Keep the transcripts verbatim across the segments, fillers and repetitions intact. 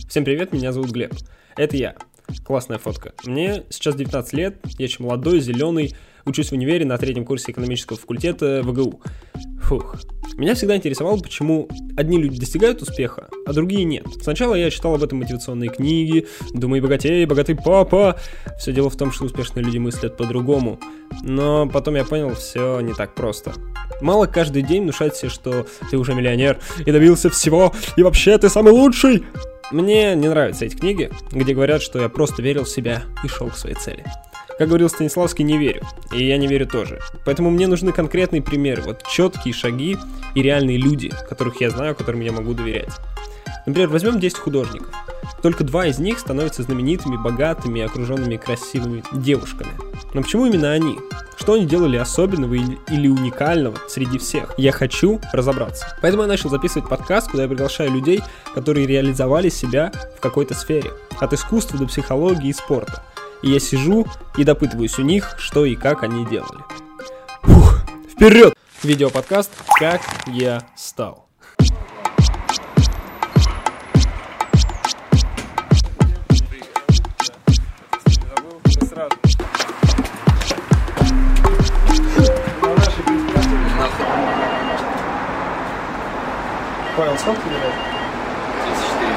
Всем привет, меня зовут Глеб. Это я. Классная фотка. Мне сейчас девятнадцать лет, я еще молодой, зеленый, учусь в универе на третьем курсе экономического факультета вэ гэ у. Фух. Меня всегда интересовало, почему одни люди достигают успеха, а другие нет. Сначала я читал об этом мотивационные книги, «Думай богатей, богатый папа». Все дело в том, что успешные люди мыслят по-другому. Но потом я понял, все не так просто. Мало каждый день внушать себе, что ты уже миллионер и добился всего, и вообще ты самый лучший. Мне не нравятся эти книги, где говорят, что я просто верил в себя и шел к своей цели. Как говорил Станиславский, не верю. И я не верю тоже. Поэтому мне нужны конкретные примеры, вот четкие шаги и реальные люди, которых я знаю, которым я могу доверять. Например, возьмем десять художников. Только два из них становятся знаменитыми, богатыми, окруженными красивыми девушками. Но почему именно они? Что они делали особенного или уникального среди всех? Я хочу разобраться. Поэтому я начал записывать подкаст, куда я приглашаю людей, которые реализовали себя в какой-то сфере. От искусства до психологии и спорта. И я сижу и допытываюсь у них, что и как они делали. Фух, вперед! Видеоподкаст «Как я стал». Понял, сколько тебе лет? тридцать четыре.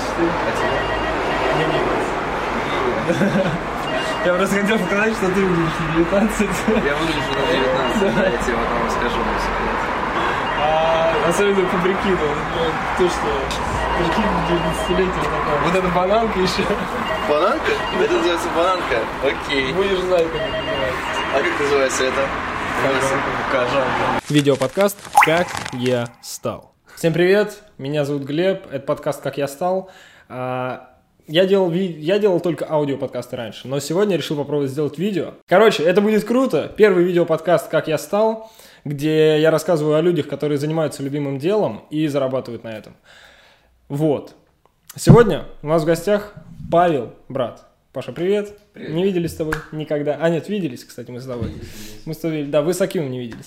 Мне не Я просто хотел показать, что ты выглядишь на девятнадцать. Я выгляжу на девятнадцать, да, я тебе потом расскажу мой секрет. А, особенно по прикиду, то, что прикид девятнадцатилетия такой. Вот эта бананка еще. Бананка? Это называется бананка? Окей. Будешь знать, как это называется. А как называется это? Кажан. Видеоподкаст «Как я стал». Всем привет, меня зовут Глеб, это подкаст «Как я стал». Я делал, я делал только аудиоподкасты раньше, но сегодня решил попробовать сделать видео. Короче, это будет круто. Первый видеоподкаст «Как я стал», где я рассказываю о людях, которые занимаются любимым делом и зарабатывают на этом. Вот. Сегодня у нас в гостях Павел, брат. Паша, привет. Привет. Не виделись с тобой никогда. А нет, виделись, кстати, мы с тобой. Виделись. Мы с тобой, да, вы с Акимом не виделись.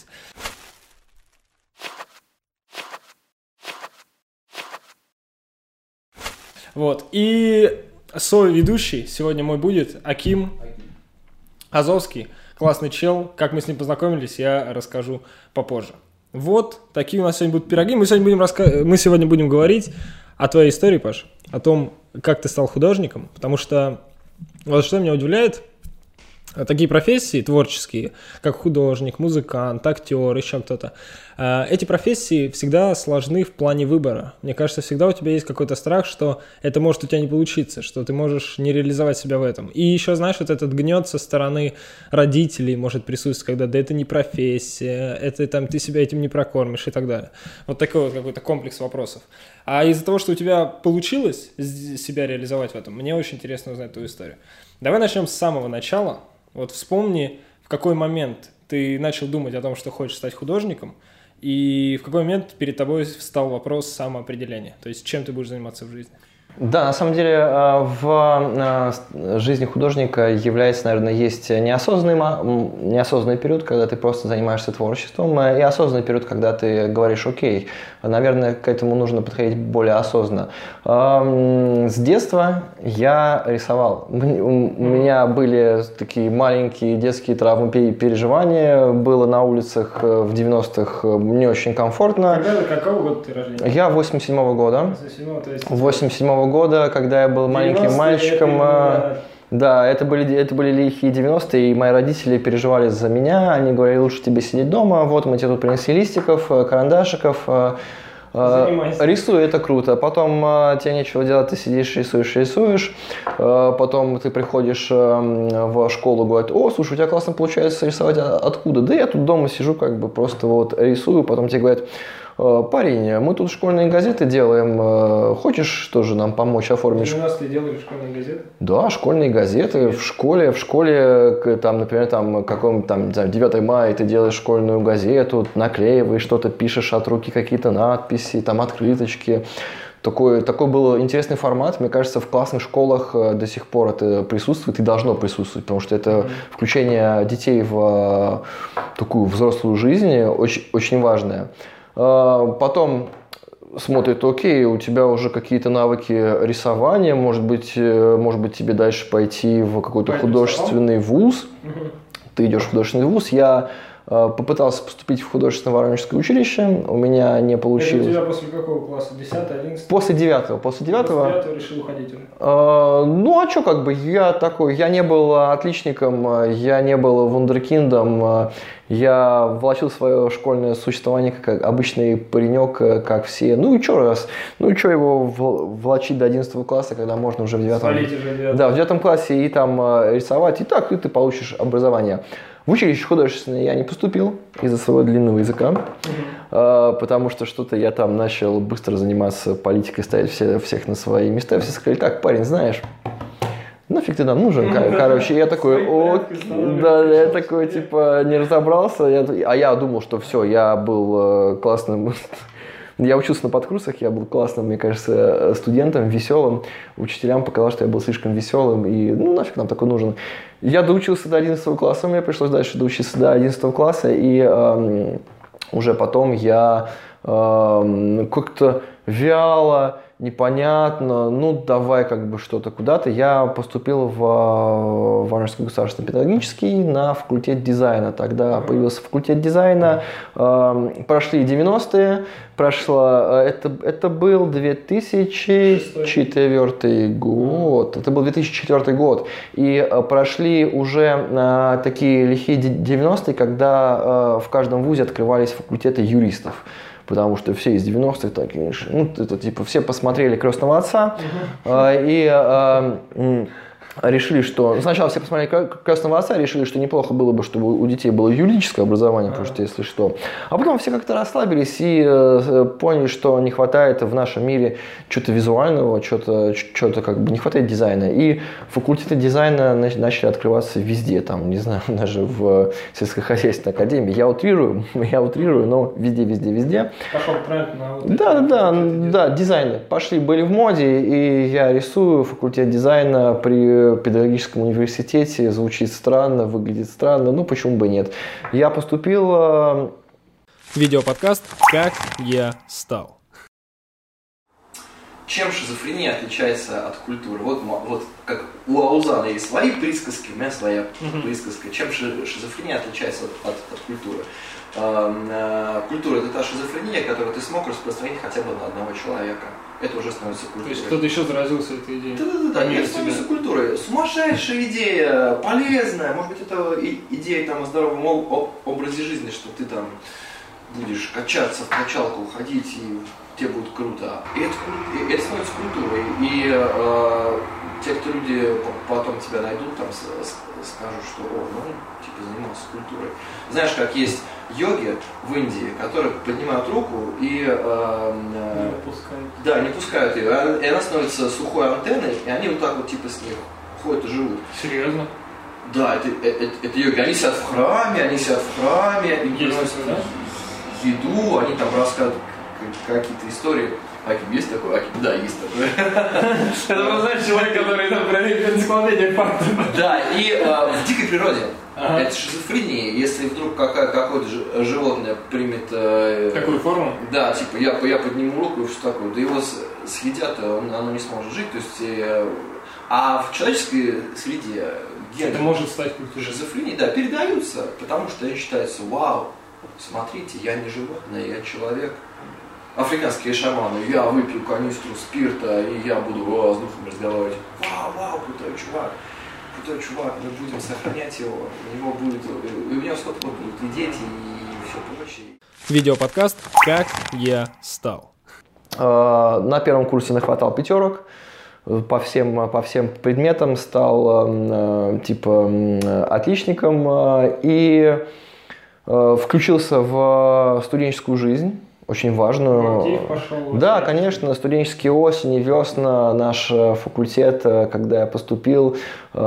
Вот, и соведущий сегодня мой будет Аким Азовский, классный чел. Как мы с ним познакомились, я расскажу попозже. Вот, такие у нас сегодня будут пироги. Мы сегодня будем, раска... мы сегодня будем говорить о твоей истории, Паш, о том, как ты стал художником, потому что вот что меня удивляет, такие профессии творческие, как художник, музыкант, актер, еще кто-то, эти профессии всегда сложны в плане выбора. Мне кажется, всегда у тебя есть какой-то страх, что это может у тебя не получиться, что ты можешь не реализовать себя в этом. И еще, знаешь, вот этот гнет со стороны родителей может присутствовать, когда да это не профессия, это там ты себя этим не прокормишь и так далее. Вот такой вот какой-то комплекс вопросов. А из-за того, что у тебя получилось себя реализовать в этом, мне очень интересно узнать твою историю. Давай начнем с самого начала. Вот вспомни, в какой момент ты начал думать о том, что хочешь стать художником, и в какой момент перед тобой встал вопрос самоопределения, то есть чем ты будешь заниматься в жизни. Да, на самом деле в жизни художника является, наверное, есть неосознанный, неосознанный период, когда ты просто занимаешься творчеством, и осознанный период, когда ты говоришь, окей, наверное, к этому нужно подходить более осознанно. С детства я рисовал. У меня были такие маленькие детские травмы переживания, было на улицах в девяностых не очень комфортно. Когда, какого года ты рождения? Я восемьдесят седьмого года. восемьдесят седьмого года, когда я был маленьким мальчиком. Это, да, это были, это были лихие девяностые, и мои родители переживали за меня. Они говорили, лучше тебе сидеть дома. Вот мы тебе тут принесли листиков, карандашиков. Занимайся. Рисуй, это круто. Потом тебе нечего делать, ты сидишь, рисуешь, рисуешь. Потом ты приходишь в школу, говорят, о, слушай, у тебя классно получается рисовать. Откуда? Да я тут дома сижу, как бы просто вот рисую. Потом тебе говорят, парень, мы тут школьные газеты делаем, хочешь тоже нам помочь оформить? В девяностые делали школьные газеты? Да, школьные газеты. В школе, в школе, там, например, там, каком там, девятое мая ты делаешь школьную газету, наклеиваешь что-то, пишешь от руки какие-то надписи, там, открыточки. Такой, такой был интересный формат. Мне кажется, в классных школах до сих пор это присутствует и должно присутствовать, потому что это mm-hmm. включение детей в такую взрослую жизнь очень, очень важное. Потом смотрит, окей, у тебя уже какие-то навыки рисования, может быть, может быть тебе дальше пойти в какой-то Пойдем художественный вуз. Угу. Ты идешь в художественный вуз. Я попытался поступить в художественное воронежское училище, у меня не получилось. Это у тебя после какого класса? десятый, одиннадцатый? После девятого. После девятого. После девятого решил уходить уже? Э, ну, а что, как бы, я такой, я не был отличником, я не был вундеркиндом, я влачил свое школьное существование как обычный паренек, как все. Ну и что раз, ну и что его влачить до одиннадцатого класса, когда можно уже в девятом. Да, в девятом классе и там рисовать, и так, и ты получишь образование. В училище художественное я не поступил из-за своего длинного языка, mm-hmm. потому что что-то я там начал быстро заниматься политикой, ставить все, всех на свои места. Все сказали, так, парень, знаешь, нафиг ты нам нужен? Короче, я такой, о, да, я такой, типа, не разобрался, я, а я думал, что все, я был классным. Я учился на подкурсах, я был классным, мне кажется, студентом, веселым. Учителям показалось, что я был слишком веселым, и ну нафиг нам такой нужен. Я доучился до одиннадцатого класса, мне пришлось дальше доучиться до одиннадцатого класса, и э, уже потом я э, как-то вяло, непонятно, ну давай как бы что-то куда-то. Я поступил в Воронежский государственный педагогический на факультет дизайна. Тогда появился факультет дизайна. Прошли девяностые, прошло, это, это был две тысячи четвёртый год. Это был две тысячи четвёртый год. И прошли уже такие лихие девяностые, когда в каждом вузе открывались факультеты юристов. Потому что все из девяностых, так, ну, это, типа, все посмотрели «Крестного отца» uh-huh. э, и э, решили, что... Сначала все посмотрели «Крестного отца», решили, что неплохо было бы, чтобы у детей было юридическое образование, потому что, если что. А потом все как-то расслабились и э, поняли, что не хватает в нашем мире чего-то визуального, что-то, что-то как бы не хватает дизайна. И факультеты дизайна начали открываться везде, там, не знаю, даже в сельскохозяйственной академии. Я утрирую, я утрирую, но везде, везде, везде. Пошел тренд на вот Да, да, да, да, дизайны пошли, были в моде, и я рисую факультет дизайна при педагогическом университете. Звучит странно, выглядит странно, ну почему бы нет. Я поступил... Видеоподкаст «Как я стал». Чем шизофрения отличается от культуры? Вот, вот как у Аузана есть свои присказки, у меня своя uh-huh. присказка. Чем шизофрения отличается от, от, от культуры? Культура – это та шизофрения, которую ты смог распространить хотя бы на одного человека. Это уже становится культурой. То есть кто-то еще заразился этой идеей? Да-да-да, это становится культурой. Сумасшедшая идея, полезная. Может быть, это идея там, о здоровом образе жизни, что ты там будешь качаться в качалку, ходить, и тебе будет круто. И это, и это становится культурой. И э, те, кто люди потом тебя найдут, там скажут, что о, ну, типа занимался культурой. Знаешь, как есть йоги в Индии, которые поднимают руку и э, э, не пускают. Да, не пускают ее. И она становится сухой антенной, и они вот так вот типа с них ходят и живут. Серьезно? Да, это, это, это йоги. Они сидят в храме, они сидят в храме, им приносят да? еду, они там рассказывают какие-то истории. Аким, есть такой? Аким, да, есть такой. Это, знаешь, человек, который там проверяет энциклопедию фактов. Да, и в дикой природе. Ага. Это шизофрения, если вдруг какая, какое-то животное примет... Э, Какую форму? Да, типа я, я подниму руку и все такое, да его съедят, он, оно не сможет жить. То есть, э, а в человеческой среде гены это может стать культурой. Шизофрении, да, передаются, потому что они считаются, вау, смотрите, я не животное, я человек. Африканские шаманы, я выпью канистру спирта, и я буду о, с духом разговаривать. Вау, вау, крутой чувак. Крутой чувак, мы будем сохранять его, у него будет, и у него сколько будут и дети, и все прочее. Видеоподкаст «Как я стал». На первом курсе нахватал пятерок, по всем, по всем предметам стал типа отличником и включился в студенческую жизнь. Очень важную. Пошел, да, конечно, студенческие осени, весна, наш факультет, когда я поступил,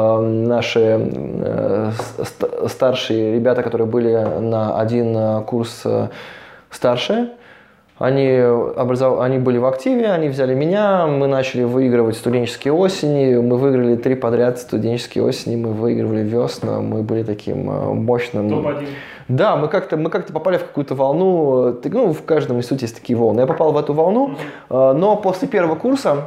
наши старшие ребята, которые были на один курс старше, они, образов... они были в активе, они взяли меня, мы начали выигрывать студенческие осени, мы выиграли три подряд студенческие осени, мы выигрывали весну, мы были таким мощным... топ один. Да, мы как-то, мы как-то попали в какую-то волну, ну, в каждом институте есть такие волны. Я попал в эту волну, но после первого курса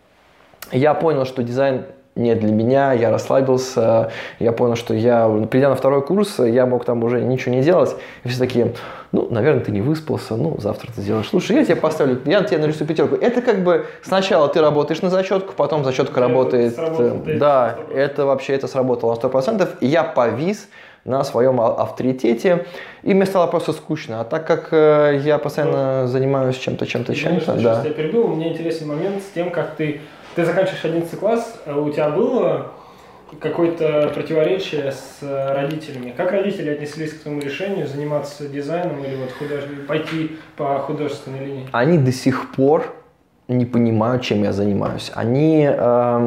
я понял, что дизайн не для меня, я расслабился, я понял, что я, придя на второй курс, я мог там уже ничего не делать. И все такие, ну, наверное, ты не выспался, ну, завтра ты сделаешь лучше. Я тебе поставлю, я тебе нарисую пятерку. Это как бы сначала ты работаешь на зачетку, потом зачетка это работает. Да, это вообще, это сработало на сто процентов. И я повис на своем авторитете, и мне стало просто скучно. А так как э, я постоянно ну, занимаюсь чем-то, чем-то, чем-то, да. Я перебил, мне интересен момент с тем, как ты, ты заканчиваешь одиннадцатый класс, а у тебя было какое-то противоречие с родителями? Как родители отнеслись к твоему решению заниматься дизайном или вот худож... пойти по художественной линии? Они до сих пор не понимают, чем я занимаюсь. Они, э,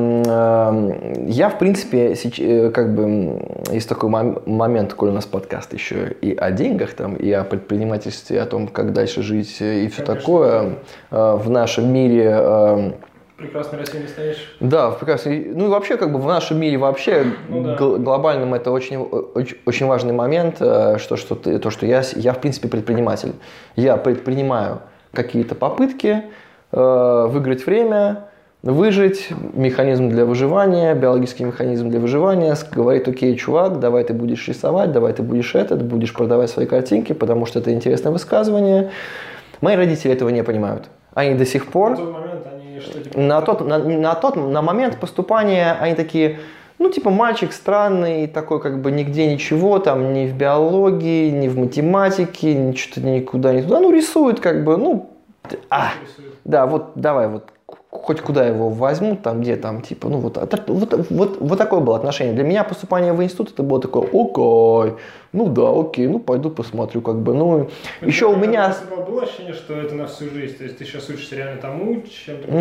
э, я в принципе, сейчас, как бы, есть такой мом- момент, коль у нас подкаст еще и о деньгах, там, и о предпринимательстве, о том, как дальше жить и все Конечно. такое э, в нашем мире. Э, Прекрасной России не стоишь. Да, в прекрасной. Ну и вообще, как бы в нашем мире вообще ну, да. гл- глобальном это очень, очень, очень важный момент, что, что ты, то, что я, я в принципе предприниматель. Я предпринимаю какие-то попытки э, выиграть время, выжить, механизм для выживания, биологический механизм для выживания, говорит, окей, чувак, давай ты будешь рисовать, давай ты будешь это, будешь продавать свои картинки, потому что это интересное высказывание. Мои родители этого не понимают. Они до сих пор... На тот момент они что, типа... на, тот, на, на, тот, на момент поступления они такие, ну, типа, мальчик странный, такой, как бы, нигде ничего, там, ни в биологии, ни в математике, ничего никуда, ни туда. Ну, рисует, как бы, ну, а, да, вот, давай, вот, хоть куда его возьмут, там, где там, типа, ну, вот, вот, вот, вот такое было отношение. Для меня поступление в институт, это было такое, окей, ну, да, окей, ну, пойду посмотрю, как бы, ну, у еще у меня... Было ощущение, что это на всю жизнь, то есть ты сейчас учишься реально тому, чем ты...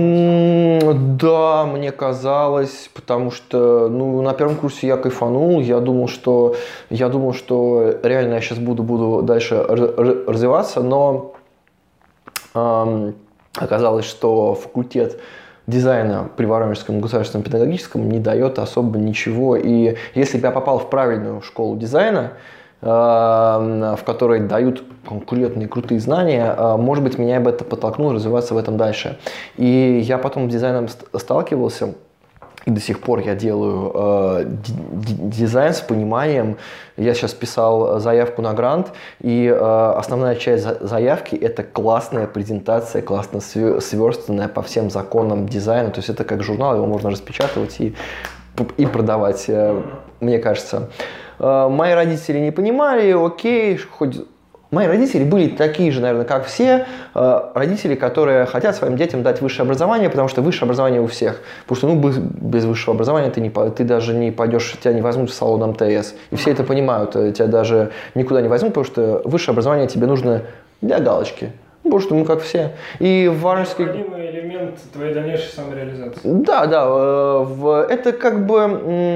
Mm, да, мне казалось, потому что, ну, на первом курсе я кайфанул, я думал, что, я думал, что реально я сейчас буду, буду дальше развиваться, но... Эм, Оказалось, что факультет дизайна при Воронежском государственном педагогическом не дает особо ничего. И если бы я попал в правильную школу дизайна, в которой дают конкурентные крутые знания, может быть, меня бы это подтолкнуло развиваться в этом дальше. И я потом с дизайном сталкивался. И до сих пор я делаю э, дизайн с пониманием. Я сейчас писал заявку на грант, и э, основная часть за- заявки – это классная презентация, классно сверстанная по всем законам дизайна. То есть это как журнал, его можно распечатывать и, и продавать, э, мне кажется. Э, мои родители не понимали, окей, хоть... Мои родители были такие же, наверное, как все родители, которые хотят своим детям дать высшее образование, потому что высшее образование у всех. Потому что ну, без высшего образования ты, не, ты даже не пойдешь, тебя не возьмут в салон эм тэ эс. И все это понимают, тебя даже никуда не возьмут, потому что высшее образование тебе нужно для галочки. Потому что мы как все. И в Воронежской... Необходимый элемент твоей дальнейшей самореализации. Да, да. В... Это как бы...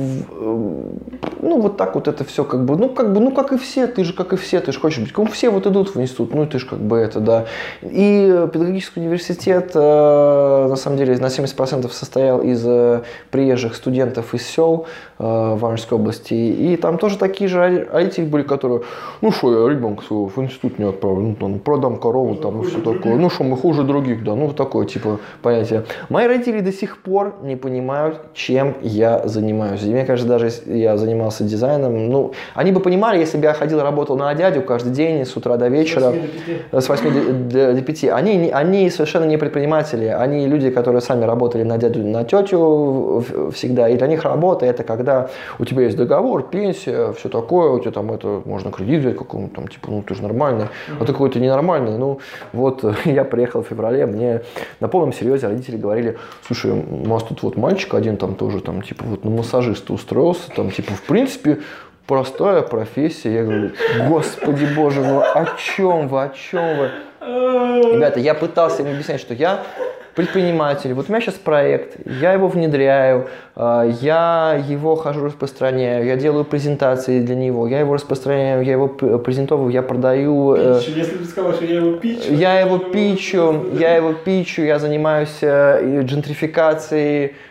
Ну, вот так вот это все как бы... Ну, как бы, ну, как и все. Ты же как и все. Ты же хочешь быть... Ну, все вот идут в институт. Ну, ты же как бы это, да. И педагогический университет, на самом деле, на семьдесят процентов состоял из приезжих студентов из сел в Воронежской области. И там тоже такие же родители были, которые... Ну, что, я ребенка своего в институт не отправлю. Ну, там, продам корову, там, и все такое. Ну, что, мы хуже других, да. Ну, такое, типа, понятие. Мои родители до сих пор не понимают, чем я занимаюсь. И мне кажется, даже если я занимался дизайном, ну, они бы понимали, если бы я ходил, работал на дядю каждый день с утра до вечера. С восьми до пяти. Они, они совершенно не предприниматели. Они люди, которые сами работали на дядю, на тетю всегда. И для них работа – это когда у тебя есть договор, пенсия, все такое, у тебя там это, можно кредит взять какому-то, там, типа, ну, ты же нормальный. А ты какой-то ненормальный. Ну, вот я приехал в феврале, мне на полном серьезе родители говорили, слушай, у нас тут вот мальчик один там тоже, там, типа, вот на массажиста устроился, там, типа, в принципе, простая профессия. Я говорю, господи боже, ну о чем вы, о чем вы? Ребята, я пытался им объяснять, что я предприниматель, вот у меня сейчас проект, я его внедряю, я его хожу распространяю, я делаю презентации для него, я его распространяю, я его презентовываю, я продаю. Пич. Если бы ты сказал, что я его пичу. Я его пичу, я его пичу, я занимаюсь джентрификацией.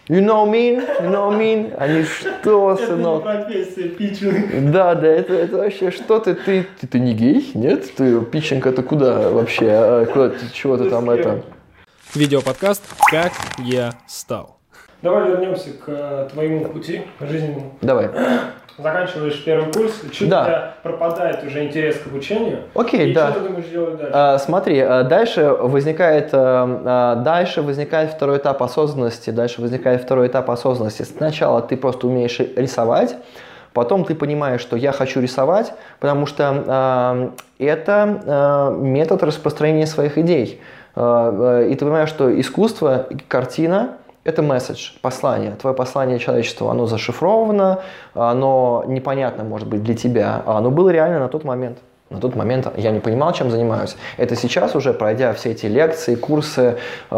You know me? You know me? Они что, сынок? Это не профессия, питчинг. Да, да, это, это вообще что ты, ты, ты, ты не гей? Нет? Ты, питчинг это куда вообще? Куда ты, чего ты там это? Видеоподкаст «Как я стал». Давай вернемся к твоему пути жизненному. Давай. Заканчиваешь первый курс, чуть да. у тебя пропадает уже интерес к обучению. Окей, и да. что ты думаешь делать дальше? А, смотри, дальше возникает, дальше возникает второй этап осознанности. Дальше возникает второй этап осознанности. Сначала ты просто умеешь рисовать, потом ты понимаешь, что я хочу рисовать, потому что э, это э, метод распространения своих идей. Э, и ты понимаешь, что искусство, картина – это месседж, послание. Твое послание человечеству, оно зашифровано, оно непонятно, может быть, для тебя, а оно было реально на тот момент. На тот момент я не понимал, чем занимаюсь. Это сейчас уже, пройдя все эти лекции, курсы,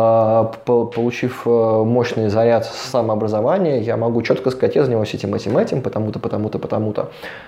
получив мощный заряд самообразования, я могу четко сказать, я занимаюсь этим, этим, этим, потому-то, потому-то, потому-то.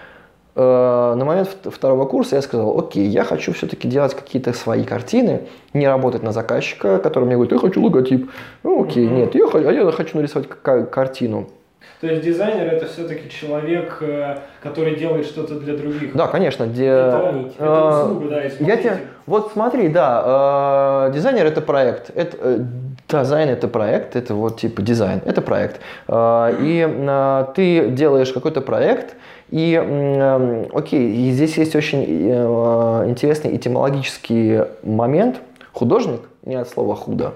На момент второго курса я сказал, окей, я хочу все-таки делать какие-то свои картины, не работать на заказчика, который мне говорит, я хочу логотип. Ну окей, mm-hmm. нет, я, а я хочу нарисовать картину. То есть дизайнер это все-таки человек, который делает что-то для других? Да, конечно. Де... Это, это услуга, да, я тебе... Вот смотри, да, э, дизайнер это проект, это, э, дизайн это проект, это вот типа дизайн, это проект. Э, и э, ты делаешь какой-то проект, и э, окей, и здесь есть очень э, интересный этимологический момент. Художник, не от слова худо,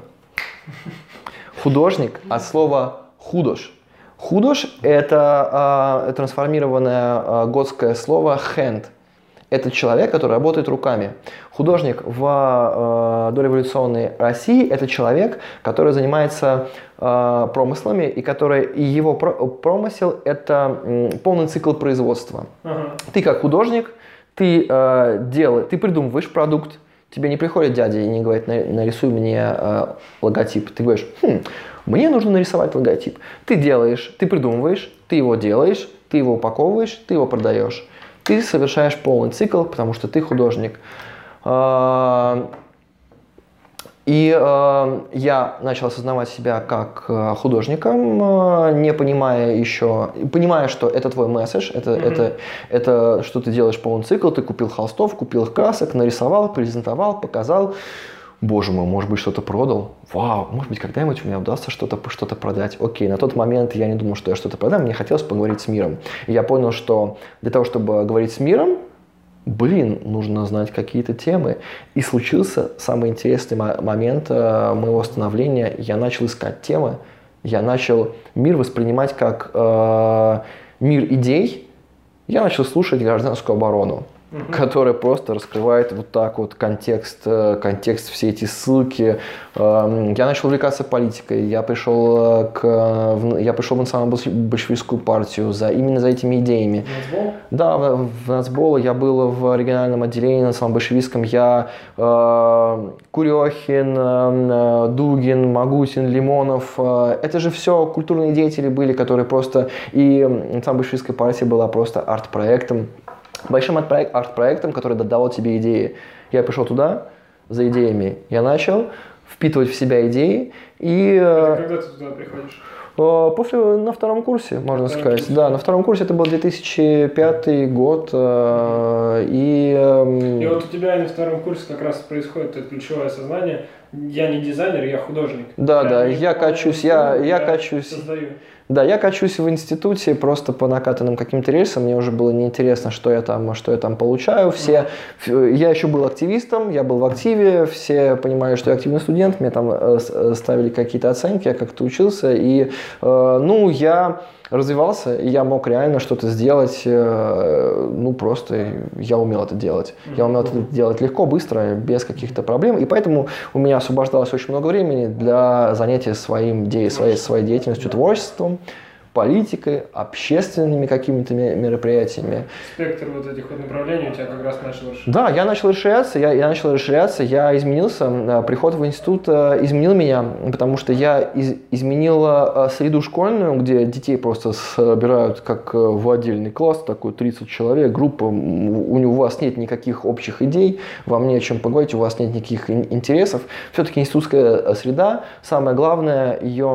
художник от слова худош. Худош – это э, трансформированное э, готское слово hand. Это человек, который работает руками. Художник в э, дореволюционной России – это человек, который занимается э, промыслами, и, который, и его про, промысел – это э, полный цикл производства. Uh-huh. Ты как художник, ты, э, дел, ты придумываешь продукт, тебе не приходит дядя и не говорит, нарисуй мне э, логотип. Ты говоришь, хм, мне нужно нарисовать логотип. Ты делаешь, ты придумываешь, ты его делаешь, ты его упаковываешь, ты его продаешь. Ты совершаешь полный цикл, потому что ты художник. И я начал осознавать себя как художником, не понимая еще, понимая, что это твой месседж, это, mm-hmm. это, это что ты делаешь полный цикл, ты купил холстов, купил красок, нарисовал, презентовал, показал. Боже мой, может быть, что-то продал? Вау, может быть, когда-нибудь у меня удастся что-то, что-то продать. Окей, на тот момент я не думал, что я что-то продам, мне хотелось поговорить с миром. И я понял, что для того, чтобы говорить с миром, блин, нужно знать какие-то темы. И случился самый интересный момент моего становления. Я начал искать темы, я начал мир воспринимать как э, мир идей. Я начал слушать гражданскую оборону. Uh-huh. Которая просто раскрывает вот так вот контекст, контекст, все эти ссылки. Я начал увлекаться политикой, я пришел, к, я пришел в национально-большевистскую партию за, именно за этими идеями. Нацбол? Да, в, в Нацбол я был в региональном отделении национально-большевистском. Я э, Курехин, э, Дугин, Магутин, Лимонов. Э, это же все культурные деятели были, которые просто... И национально-большевистская партия была просто арт-проектом. Большим арт-проектом, который давал тебе идеи. Я пришел туда за идеями. Я начал впитывать в себя идеи. И, это когда ты туда приходишь? После, на втором курсе, можно на сказать. Курсе. Да, на втором курсе это был две тысячи пятый год. И, и вот у тебя на втором курсе как раз происходит это ключевое осознание. Я не дизайнер, я художник. Да, я да, я качусь, я, я, я качусь. Создаю. Да, я качусь в институте просто по накатанным каким-то рельсам. Мне уже было неинтересно, что я там, что я там получаю. Все, mm-hmm. Я еще был активистом, я был в активе, все понимали, что я активный студент, мне там ставили какие-то оценки, я как-то учился. И, ну, я развивался, и я мог реально что-то сделать, ну, просто я умел это делать. Mm-hmm. Я умел это делать легко, быстро, без каких-то проблем. И поэтому у меня освобождалось очень много времени для занятия своим, своей, своей деятельностью, творчеством, политикой, общественными какими-то мероприятиями. Спектр вот этих вот направлений у тебя как раз начал расширяться. Да, я начал расширяться, я, я начал расширяться, я изменился. Приход в институт изменил меня, потому что я из, изменил среду школьную, где детей просто собирают как в отдельный класс, такой тридцать человек, группа, у, у вас нет никаких общих идей, вам не о чем поговорить, у вас нет никаких интересов. Все-таки институтская среда, самое главное, ее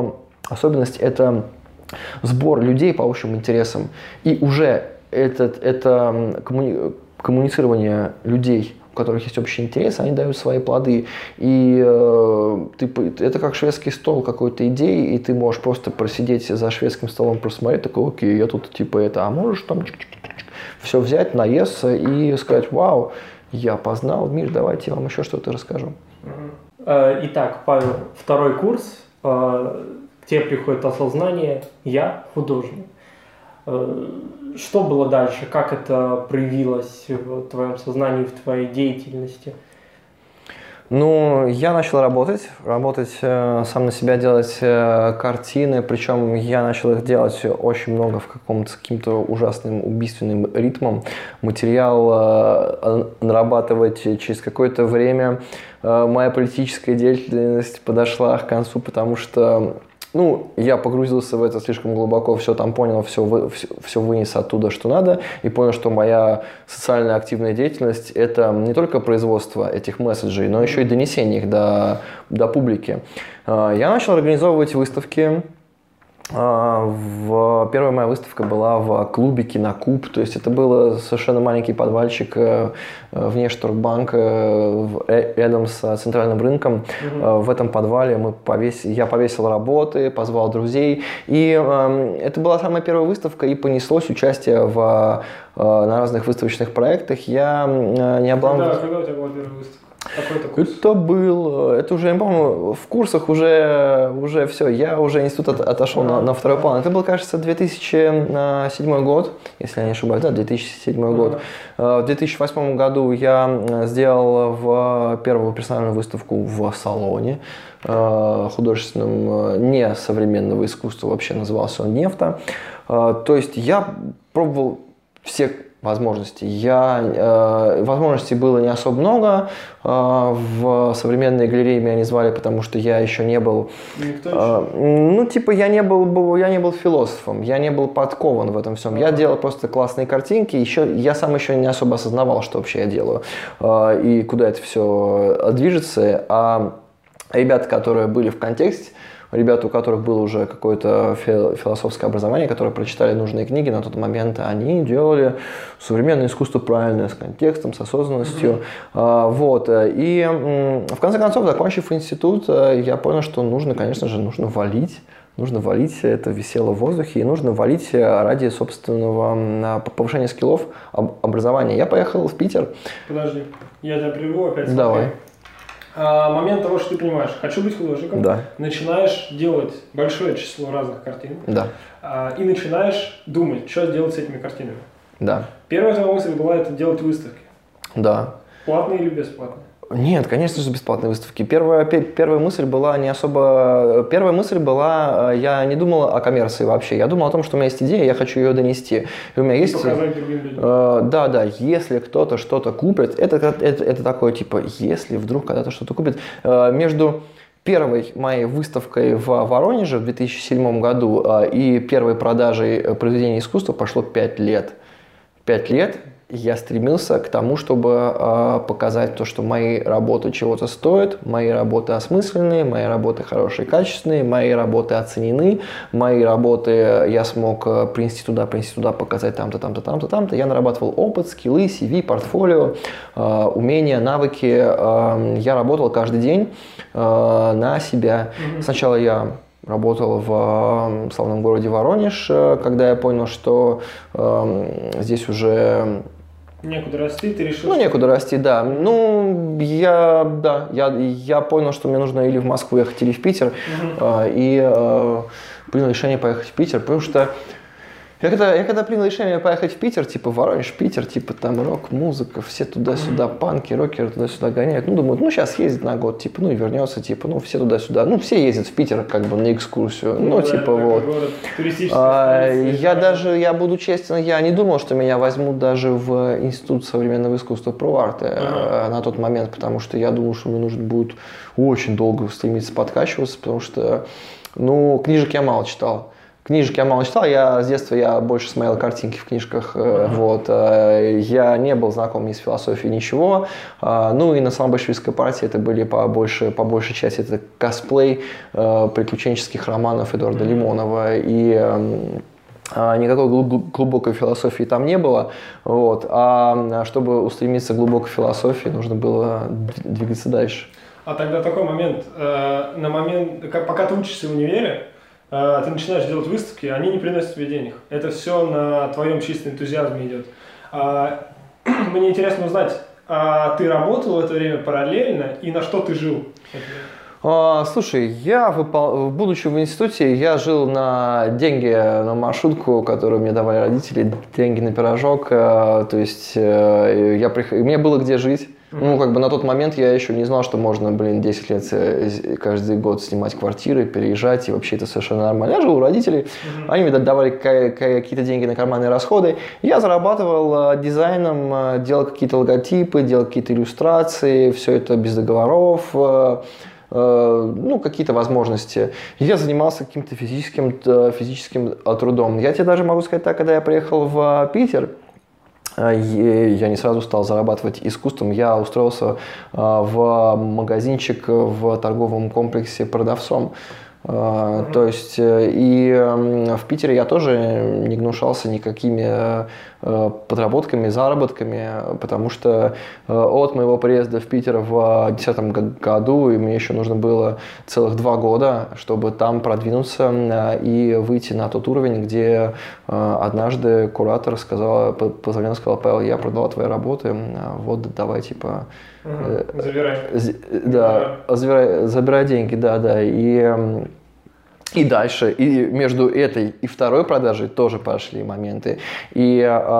особенность – это сбор людей по общим интересам. И уже этот, это коммуни, коммуницирование людей, у которых есть общие интересы, они дают свои плоды. И э, ты, это как шведский стол какой-то идеи, и ты можешь просто просидеть за шведским столом, просмотреть, такой, окей, я тут типа это, а можешь там все взять, наесться и сказать, вау, я познал мир, давайте я вам еще что-то расскажу. Итак, Павел, второй курс, к тебе приходит осознание, я художник. Что было дальше? Как это проявилось в твоем сознании, в твоей деятельности? Ну, я начал работать, работать, э, сам на себя делать э, картины, причем я начал их делать очень много в каком-то с каким-то ужасным убийственным ритмом. Материал э, нарабатывать через какое-то время. Э, моя политическая деятельность подошла к концу, потому что ну, я погрузился в это слишком глубоко, все там понял, все, вы, все, все вынес оттуда, что надо, и понял, что моя социально активная деятельность – это не только производство этих месседжей, но еще и донесение их до, до публики. Я начал организовывать выставки. В... Первая моя выставка была в клубе «Кинокуб», то есть это был совершенно маленький подвальчик вне Шторгбанка, рядом с центральным рынком. Mm-hmm. В этом подвале мы повес... я повесил работы, позвал друзей, и это была самая первая выставка, и понеслось участие в... на разных выставочных проектах. Я не обламывался. Когда, когда у тебя была первая выставка? Какой-то курс? Это был, это уже, я помню, в курсах уже, уже все, я уже институт от, отошел а, на, на второй план. Это был, кажется, две тысячи седьмой год, если я не ошибаюсь, да, две тысячи седьмой год. В две тысячи восьмом году я сделал в первую персональную выставку в салоне художественном, не современного искусства, вообще назывался он «Нефта». То есть я пробовал все возможностей. Я, э, возможностей было не особо много. Э, в современной галерее меня не звали, потому что я еще не был... Никто еще? Э, ну, типа, я не был, я не был философом, я не был подкован в этом всем. Я делал просто классные картинки. Еще, я сам еще не особо осознавал, что вообще я делаю. Э, и куда это все движется. А ребята, которые были в контексте, ребята, у которых было уже какое-то философское образование, которые прочитали нужные книги на тот момент, они делали современное искусство правильное, с контекстом, с осознанностью. Mm-hmm. Вот. И в конце концов, закончив институт, я понял, что нужно, конечно же, нужно валить. Нужно валить, это висело в воздухе, и нужно валить ради собственного повышения скиллов образования. Я поехал в Питер. Подожди, я тебя прерву опять. Давай. А, момент того, что ты понимаешь, хочу быть художником, да. Начинаешь делать большое число разных картин, да. а, и начинаешь думать, что делать с этими картинами. Да. Первая твоя мысль была это делать выставки. Да. Платные или бесплатные? Нет, конечно же, бесплатные выставки. Первая, первая мысль была не особо... Первая мысль была, я не думал о коммерции вообще. Я думал о том, что у меня есть идея, я хочу ее донести. И у меня есть... Показать другим людям. Э, да, да, если кто-то что-то купит, это, это, это такое типа, если вдруг когда-то что-то купит. Э, между первой моей выставкой в Воронеже в две тысячи седьмом году э, и первой продажей произведений искусства прошло пять лет. Пять лет. Я стремился к тому, чтобы э, показать то, что мои работы чего-то стоят, мои работы осмысленные, мои работы хорошие, качественные, мои работы оценены, мои работы я смог принести туда, принести туда, показать там-то, там-то, там-то, там-то. Я нарабатывал опыт, скиллы, си ви, портфолио, э, умения, навыки. Э, я работал каждый день э, на себя. Mm-hmm. Сначала я работал в славном городе Воронеж, когда я понял, что э, здесь уже... Некуда расти, ты решил? Ну, некуда расти, да. Ну, я, да, я, я понял, что мне нужно или в Москву ехать, или в Питер. Uh-huh. э, и э, принял решение поехать в Питер, потому что я когда, я когда принял решение поехать в Питер, типа Воронеж, Питер, типа там рок-музыка, все туда-сюда, панки, рокеры туда-сюда гоняют. Ну, думаю, ну, сейчас ездит на год, типа, ну, и вернется, типа, ну, все туда-сюда. Ну, все ездят в Питер, как бы, на экскурсию. Ну, ну да, типа, вот. А, я даже, я буду честен, я не думал, что меня возьмут даже в Институт современного искусства ПроАрте uh-huh. на тот момент, потому что я думал, что мне нужно будет очень долго стремиться подкачиваться, потому что, ну, книжек я мало читал. Книжек я мало читал, я с детства я больше смотрел картинки в книжках, uh-huh. вот, я не был знаком ни с философией, ничего, ну и на самой большевистской партии это были по, больше, по большей части это косплей приключенческих романов Эдуарда uh-huh. Лимонова, и никакой глубокой философии там не было, вот, а чтобы устремиться к глубокой философии, нужно было двигаться дальше. А тогда такой момент, на момент, пока ты учишься в универе, ты начинаешь делать выставки, они не приносят тебе денег. Это все на твоем чистом энтузиазме идет. А, мне интересно узнать, а ты работал в это время параллельно и на что ты жил? А, слушай, я, выпол... будучи в институте, я жил на деньги на маршрутку, которую мне давали родители, деньги на пирожок. То есть я прих... мне было где жить. Ну, как бы на тот момент я еще не знал, что можно, блин, десять лет каждый год снимать квартиры, переезжать, и вообще это совершенно нормально. Я жил у родителей, mm-hmm. они мне давали какие-то деньги на карманные расходы. Я зарабатывал дизайном, делал какие-то логотипы, делал какие-то иллюстрации, все это без договоров, ну, какие-то возможности. Я занимался каким-то физическим, физическим трудом. Я тебе даже могу сказать так, когда я приехал в Питер, я не сразу стал зарабатывать искусством, я устроился в магазинчик в торговом комплексе продавцом. Mm-hmm. То есть и в Питере я тоже не гнушался никакими подработками, заработками, потому что от моего приезда в Питер в две тысячи десятом году, и мне еще нужно было целых два года, чтобы там продвинуться и выйти на тот уровень, где однажды куратор сказал, позвонил, сказал: Павел, я продала твои работы, вот давай типа... Угу. Забирай. Да, забирай, забирай деньги, да, да. И, и дальше, и между этой и второй продажей тоже пошли моменты. И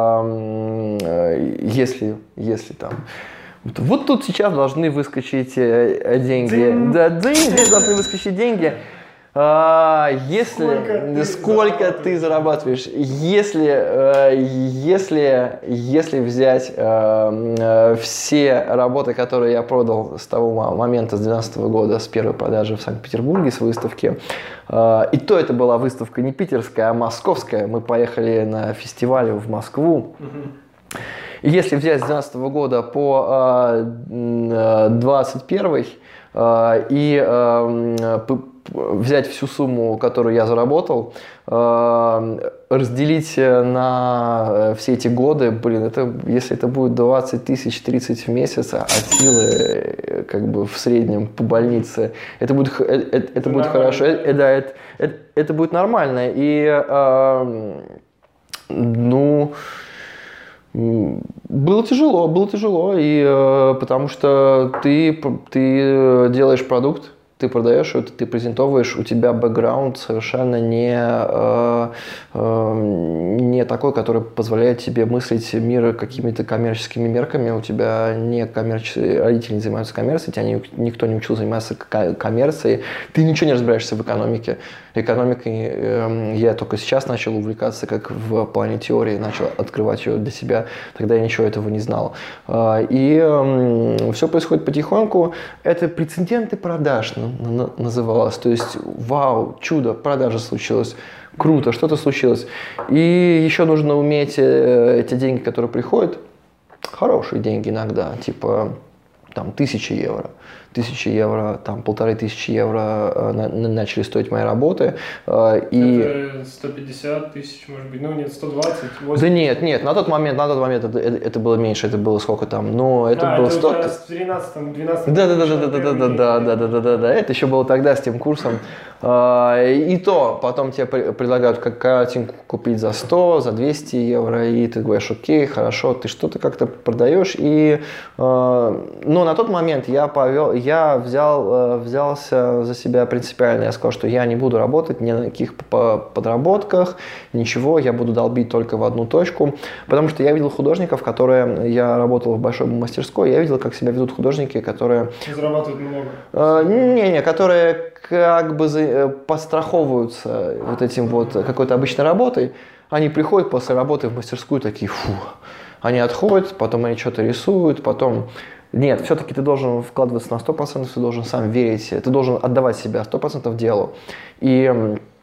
э, если, если там... Вот тут сейчас должны выскочить деньги. Дзинь. Да, дзинь, здесь должны выскочить деньги. А, если сколько, ты, сколько ты зарабатываешь, если, если, если взять э, все работы, которые я продал с того момента, с две тысячи двенадцатого года, с первой продажи в Санкт-Петербурге, с выставки, э, и то это была выставка не питерская, а московская, мы поехали на фестиваль в Москву. Угу. И если взять с две тысячи двенадцатого года по э, двадцать первый э, и э, взять всю сумму, которую я заработал, разделить на все эти годы, блин, это, если это будет двадцать тысяч, тридцать в месяц, от силы как бы в среднем по больнице, это будет, это, это будет хорошо, это, да, это, это, это будет нормально. И, ну... Было тяжело, было тяжело, и, потому что ты, ты делаешь продукт, ты продаешь это, ты презентовываешь, у тебя бэкграунд совершенно не, э, э, не такой, который позволяет тебе мыслить мир какими-то коммерческими мерками. У тебя не коммерческие, родители не занимаются коммерцией, тебя не, никто не учил заниматься коммерцией, ты ничего не разбираешься в экономике. Экономикой э, я только сейчас начал увлекаться, как в плане теории, начал открывать ее для себя, тогда я ничего этого не знал. Э, и э, все происходит потихоньку, это прецеденты продаж называлось, то есть вау, чудо, продажа случилась, круто, что-то случилось. И еще нужно уметь эти деньги, которые приходят, хорошие деньги иногда, типа там тысяча евро. Тысячи евро, там полторы тысячи евро на, на, начали стоить мои работы. И... Это сто пятьдесят тысяч, может быть, ну нет, сто двадцать, восемьдесят. Да нет, нет, на тот момент, на тот момент это, это, это было меньше, это было сколько там, ну это а, было это сто... в тринадцатом, двенадцатом. Да, да, да, да, да, да, да, да, да, да, да, да, это еще было тогда с тем курсом. И то, потом тебе предлагают как картинку купить за сто, за двести евро, и ты говоришь: окей, хорошо, ты что-то как-то продаешь. И, но на тот момент я повел, я взял, взялся за себя принципиально. Я сказал, что я не буду работать ни на каких подработках, ничего, я буду долбить только в одну точку. Потому что я видел художников, которые, я работал в большой мастерской, я видел, как себя ведут художники, которые... Зарабатывают много. Не-не, которые как бы подстраховываются вот этим вот какой-то обычной работой. Они приходят после работы в мастерскую такие, фу, они отходят, потом они что-то рисуют, потом... Нет, все-таки ты должен вкладываться на сто процентов, ты должен сам верить, ты должен отдавать себя сто процентов делу. И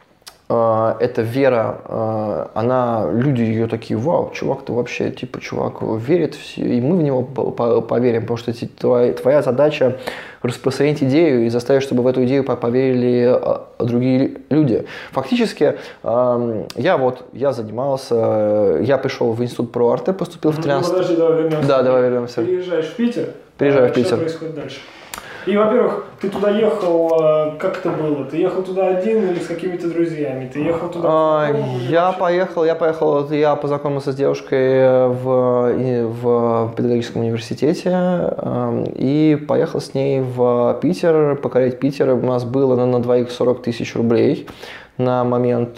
эта вера, она, люди ее такие, вау, чувак-то вообще, типа, чувак верит, и мы в него поверим, потому что твоя, твоя задача распространить идею и заставить, чтобы в эту идею поверили другие люди. Фактически, я вот, я занимался, я пришел в институт ПроАрте, поступил в тринадцатом. Ну, подожди, давай вернемся. Да, давай вернемся. Переезжаешь в Питер. Переезжаю а в Питер. Что происходит дальше? И, во-первых, ты туда ехал, как это было? Ты ехал туда один или с какими-то друзьями? Ты ехал туда? А, я вообще? поехал, я поехал, я познакомился с девушкой в, в педагогическом университете и поехал с ней в Питер, покорять Питер. У нас было на, на двоих сорок тысяч рублей. На момент,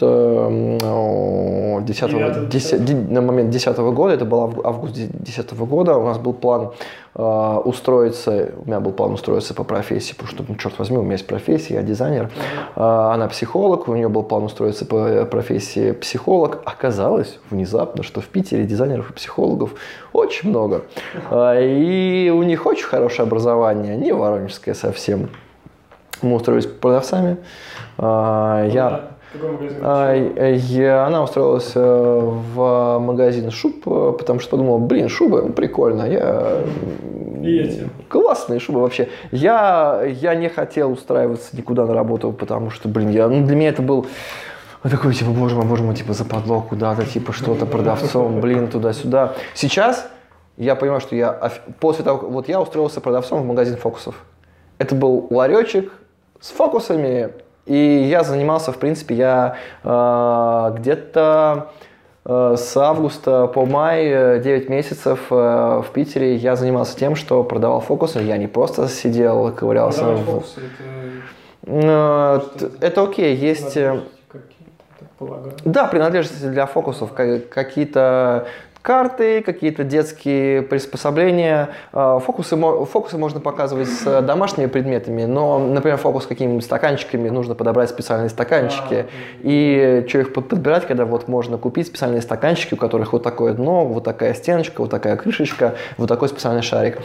десятого, десять, на момент десятого года, это был август десятого года, у нас был план э, устроиться, у меня был план устроиться по профессии, потому что, ну, черт возьми, у меня есть профессия, я дизайнер, э, она психолог, у нее был план устроиться по профессии психолог. Оказалось внезапно, что в Питере дизайнеров и психологов очень много, э, и у них очень хорошее образование, не воронежское совсем. Мы устроились продавцами. А, я, а, я, она устроилась в магазин шуб, потому что подумала, блин, шубы, прикольно. Я, и эти. Классные шубы вообще. Я, я не хотел устраиваться никуда на работу, потому что, блин, я, ну, для меня это был такой, типа, боже мой, боже мой, типа, западло куда-то, типа, что-то продавцом, блин, туда-сюда. Сейчас я понимаю, что я, после того, вот я устроился продавцом в магазин фокусов. Это был ларечек с фокусами, и я занимался, в принципе, я э, где-то э, с августа по май, девять месяцев э, в Питере я занимался тем, что продавал фокусы. Я не просто сидел, ковырялся. Продавать в... фокусы, это... Э, это окей, есть... Полагаю. Да, принадлежности для фокусов, какие-то карты, какие-то детские приспособления. Фокусы, фокусы можно показывать с домашними предметами, но, например, фокус с какими-нибудь стаканчиками, нужно подобрать специальные стаканчики. И что их подбирать, когда вот можно купить специальные стаканчики, у которых вот такое дно, вот такая стеночка, вот такая крышечка, вот такой специальный шарик.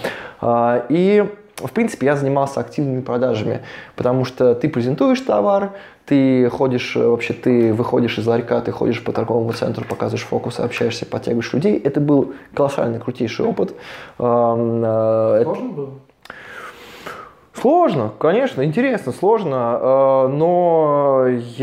И в принципе, я занимался активными продажами, потому что ты презентуешь товар, ты ходишь, вообще ты выходишь из ларька, ты ходишь по торговому центру, показываешь фокусы, общаешься, подтягиваешь людей. Это был колоссальный, крутейший опыт. Сложно было? Сложно, конечно, интересно, сложно, но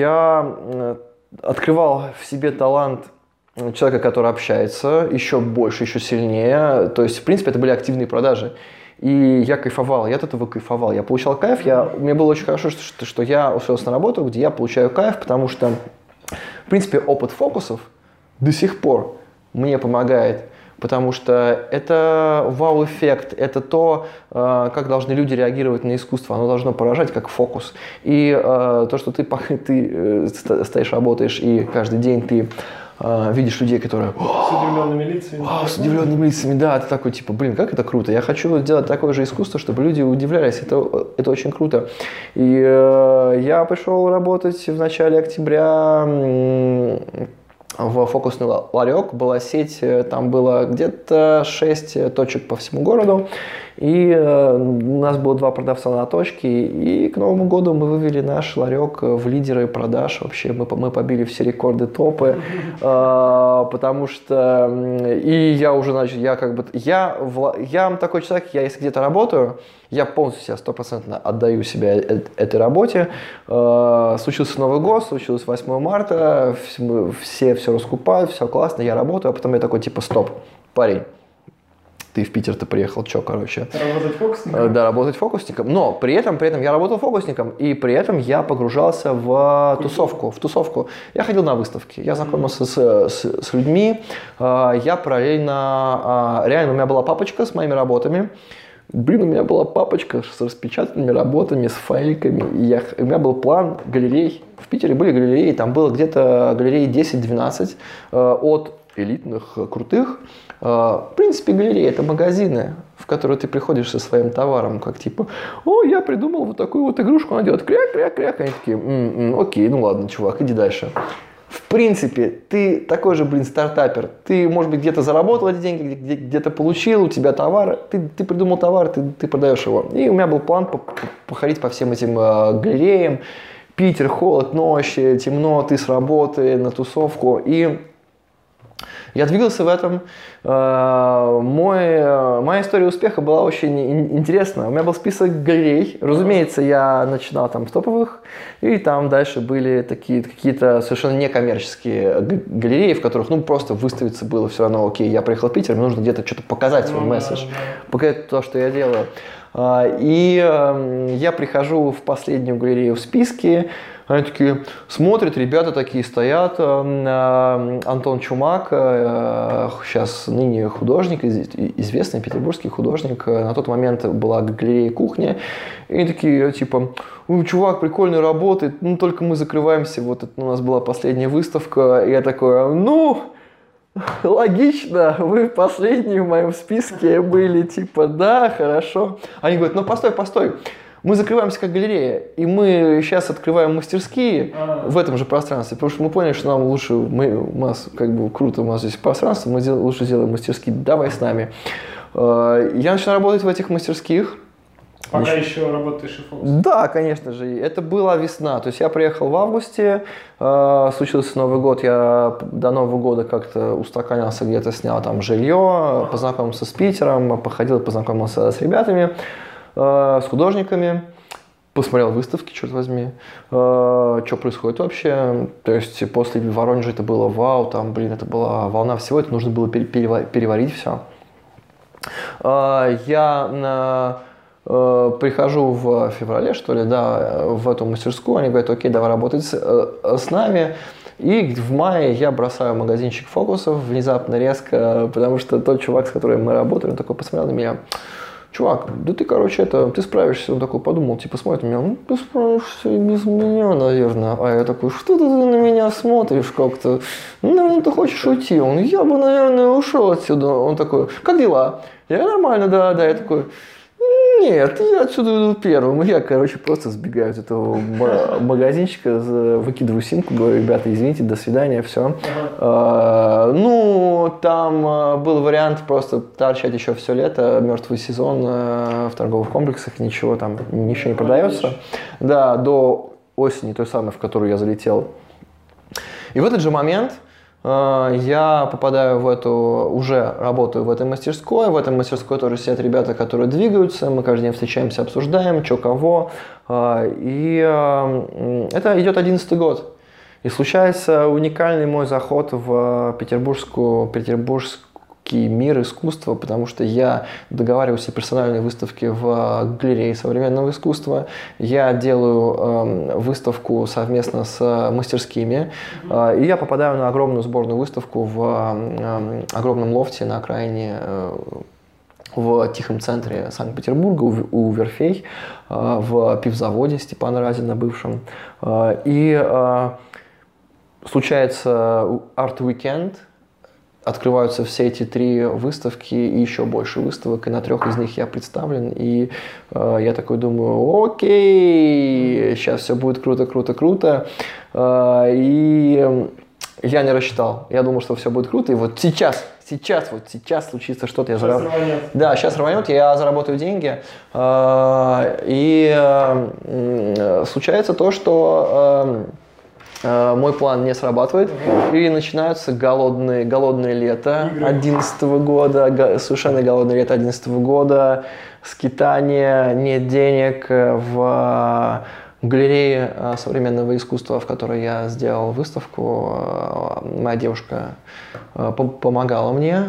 я открывал в себе талант человека, который общается еще больше, еще сильнее. То есть, в принципе, это были активные продажи. И я кайфовал, я от этого кайфовал. Я получал кайф, я, мне было очень хорошо, что, что я устроился на работу, где я получаю кайф, потому что, в принципе, опыт фокусов до сих пор мне помогает. Потому что это вау-эффект, это то, как должны люди реагировать на искусство. Оно должно поражать как фокус. И то, что ты, ты стоишь, работаешь, и каждый день ты видишь людей, которые... С удивленными лицами. Вау, с удивленными лицами, да. Ты такой, типа, блин, как это круто. Я хочу сделать такое же искусство, чтобы люди удивлялись. Это, это очень круто. И э, я пришел работать в начале октября в фокусный ларек. Была сеть, там было где-то шесть точек по всему городу. И э, у нас было два продавца на точке, и к Новому году мы вывели наш ларек в лидеры продаж. Вообще мы, мы побили все рекорды, топы, э, потому что и я уже начал, я как бы, я, я такой человек, я если где-то работаю, я полностью себя стопроцентно отдаю себя этой работе. Э, случился Новый год, случилось восьмое марта, все все раскупают, все классно, я работаю, а потом я такой типа стоп, парень. Ты в Питер-то приехал, что, короче? Работать фокусником? Да, работать фокусником. Но при этом, при этом я работал фокусником, и при этом я погружался в тусовку. В тусовку. Я ходил на выставки, я знакомился с, с, с людьми. Я параллельно... Реально, у меня была папочка с моими работами. Блин, у меня была папочка с распечатанными работами, с файликами. И я, у меня был план галерей. В Питере были галереи, там было где-то галереи десять-двенадцать от элитных, крутых. В принципе, галереи – это магазины, в которые ты приходишь со своим товаром, как типа, о, я придумал вот такую вот игрушку, она делает кряк-кряк-кряк, они такие, м-м, окей, ну ладно, чувак, иди дальше. В принципе, ты такой же, блин, стартапер, ты, может быть, где-то заработал эти деньги, где-то получил, у тебя товар, ты, ты придумал товар, ты, ты продаешь его. И у меня был план походить по всем этим э, галереям, Питер, холод, ночь, темно, ты с работы на тусовку. И я двигался в этом. Мой, моя история успеха была очень интересна. У меня был список галерей. Разумеется, я начинал там с топовых. И там дальше были такие, какие-то совершенно некоммерческие галереи, в которых ну, просто выставиться было все равно. Окей, я приехал в Питер, мне нужно где-то что-то показать, свой месседж. Показать то, что я делаю. И я прихожу в последнюю галерею в списке. Они такие смотрят, ребята такие стоят. Антон Чумак, сейчас ныне художник, известный петербургский художник. На тот момент была галерея «Кухня». И они такие, типа, чувак, прикольно работает, ну только мы закрываемся. Вот это у нас была последняя выставка. И я такой, ну... Логично, вы последние в моем списке были, типа, да, хорошо. Они говорят, ну постой, постой, мы закрываемся как галерея, и мы сейчас открываем мастерские А-а-а. в этом же пространстве, потому что мы поняли, что нам лучше, мы, у нас как бы круто, у нас здесь пространство, мы дел, лучше сделаем мастерские, давай с нами. Я начал работать в этих мастерских. Пока еще, еще работаешь и фокус? Да, конечно же. Это была весна. То есть я приехал в августе, э, случился Новый год, я до Нового года как-то устаканился, где-то снял там жилье, познакомился с Питером, походил, познакомился с ребятами, э, с художниками, посмотрел выставки, черт возьми, э, что происходит вообще. То есть после Воронежа это было вау, там, блин, это была волна всего, это нужно было переварить все. Э, я на... Прихожу в феврале, что ли, да, в эту мастерскую, они говорят, окей, давай работать с, с нами. И в мае я бросаю магазинчик фокусов, внезапно, резко, потому что тот чувак, с которым мы работали, он такой посмотрел на меня, чувак, да ты, короче, это, ты справишься. Он такой подумал, типа, смотрит на меня, ну, ты справишься и без меня, наверное. А я такой, что ты на меня смотришь как-то? Ну, наверное, ты хочешь уйти. Он, я бы, наверное, ушел отсюда. Он такой, как дела? Я, нормально, да, да. Я такой... Нет, я отсюда иду первым. Я, короче, просто сбегаю из этого магазинчика, выкидываю симку, говорю, ребята, извините, до свидания, все. Ага. А, ну, там был вариант просто торчать еще все лето, мертвый сезон в торговых комплексах, ничего там, ничего не продается. Да, до осени, той самой, в которую я залетел. И в этот же момент... я попадаю в эту, уже работаю в этой мастерской, в этой мастерской тоже сидят ребята, которые двигаются, мы каждый день встречаемся, обсуждаем, что кого, и это идет одиннадцатый год. И случается уникальный мой заход в петербургскую, петербургский мир искусства, потому что я договариваюсь о персональной выставке в галерее современного искусства. Я делаю э, выставку совместно с мастерскими, э, и я попадаю на огромную сборную выставку в э, огромном лофте на окраине э, в тихом центре Санкт-Петербурга, у, у Верфей, э, в пивзаводе Степана Разина бывшем. Э, и э, случается арт-уикенд, открываются все эти три выставки и еще больше выставок, и на трех из них я представлен, и э, я такой думаю, окей, сейчас все будет круто, круто, круто, э, и я не рассчитал, я думал, что все будет круто, и вот сейчас, сейчас, вот сейчас случится что-то, я зараб... да, сейчас рванет, я заработаю деньги, э, и э, случается то, что э, мой план не срабатывает, и начинаются голодные, голодное лето одиннадцатого года, совершенно голодное лето одиннадцатого года, скитание, нет денег. В галерее современного искусства, в которой я сделал выставку, моя девушка помогала мне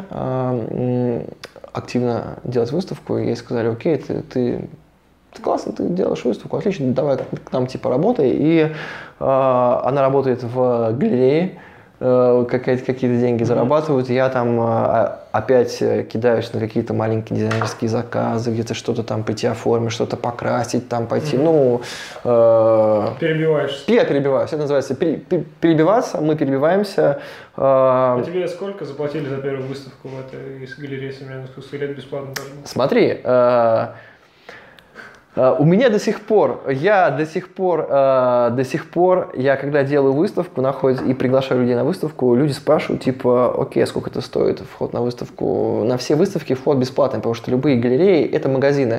активно делать выставку, и ей сказали, окей, ты... ты Ты классно, ты делаешь выставку, отлично, давай к нам типа работай. И э, она работает в галерее, э, какие-то деньги зарабатывают. Я там э, опять кидаюсь на какие-то маленькие дизайнерские заказы, где-то что-то там пойти оформить, что-то покрасить, там пойти, mm-hmm. ну... Э, Перебиваешься. Я перебиваюсь, это называется перебиваться, мы перебиваемся. Э, а тебе сколько заплатили за первую выставку в этой галерее современного искусства? Или это бесплатно даже? Смотри, э, У меня до сих пор, я до сих пор, до сих пор, я когда делаю выставку находит, и приглашаю людей на выставку, люди спрашивают, типа, окей, сколько это стоит вход на выставку? На все выставки вход бесплатный, потому что любые галереи – это магазины.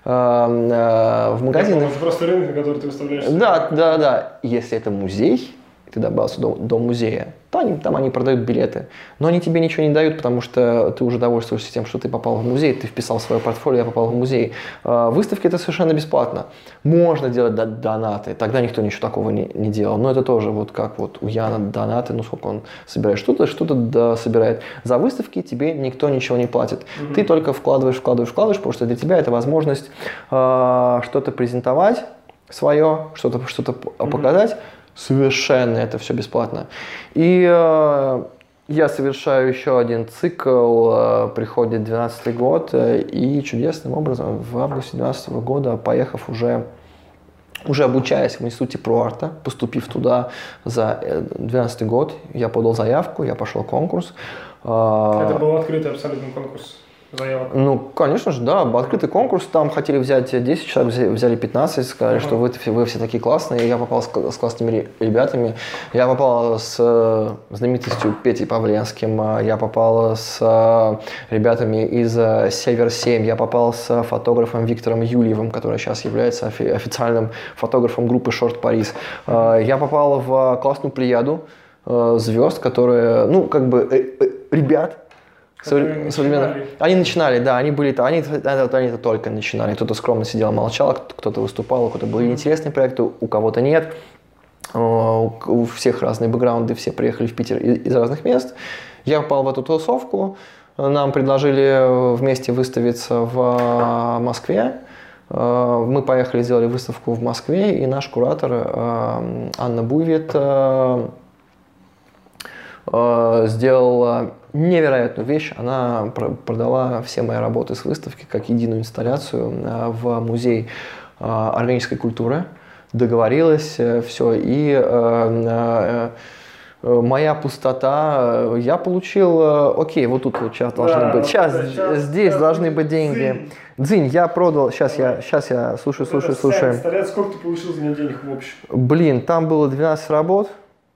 В магазинах… Это просто рынок, на который ты выставляешь. Да, да, да. Если это музей, ты добрался до, до музея, то они, там они продают билеты. Но они тебе ничего не дают, потому что ты уже довольствуешься тем, что ты попал в музей, ты вписал в свое портфолио, я попал в музей. Выставки это совершенно бесплатно. Можно делать донаты, тогда никто ничего такого не, не делал. Но это тоже вот как вот у Яна донаты, ну сколько он собирает, что-то, что-то да, собирает. За выставки тебе никто ничего не платит. Mm-hmm. Ты только вкладываешь, вкладываешь, вкладываешь, потому что для тебя это возможность э, что-то презентовать свое, что-то, что-то mm-hmm. показать. Совершенно это все бесплатно. И э, я совершаю еще один цикл, э, приходит двенадцатый год, э, и чудесным образом в августе двенадцатого года, поехав уже, уже обучаясь в институте ProArt, поступив туда за двенадцатый год, я подал заявку, я пошел в конкурс. Э, это был открытый абсолютно конкурс. Заявок. Ну, конечно же, да, открытый конкурс, там хотели взять десять человек, взяли пятнадцать, сказали, uh-huh. что вы, вы все такие классные, я попал с, с классными ребятами, я попал с знаменитостью Петей Павленским, я попал с ребятами из Север семь, я попал с фотографом Виктором Юльевым, который сейчас является офи- официальным фотографом группы Short Paris, uh-huh. я попал в классную плеяду звезд, которые, ну, как бы, ребят, современных. Они начинали, да, они были, они, они это только начинали. Кто-то скромно сидел, молчал, кто-то выступал, у кого-то были интересные проекты, у кого-то нет. У всех разные бэкграунды, все приехали в Питер из разных мест. Я попал в эту тусовку, нам предложили вместе выставиться в Москве. Мы поехали, сделали выставку в Москве, и наш куратор Анна Буйвит сделала невероятную вещь. Она продала все мои работы с выставки как единую инсталляцию в музей органической культуры. Договорилась, все. И моя пустота, я получил, окей, вот тут вот сейчас должны да, быть, сейчас, вот сейчас здесь сейчас должны быть деньги. Дзынь, я продал, сейчас я, сейчас я, слушай, слушай, это слушай. Представляешь, сколько ты получил за нее денег в общем? Блин, там было двенадцать работ.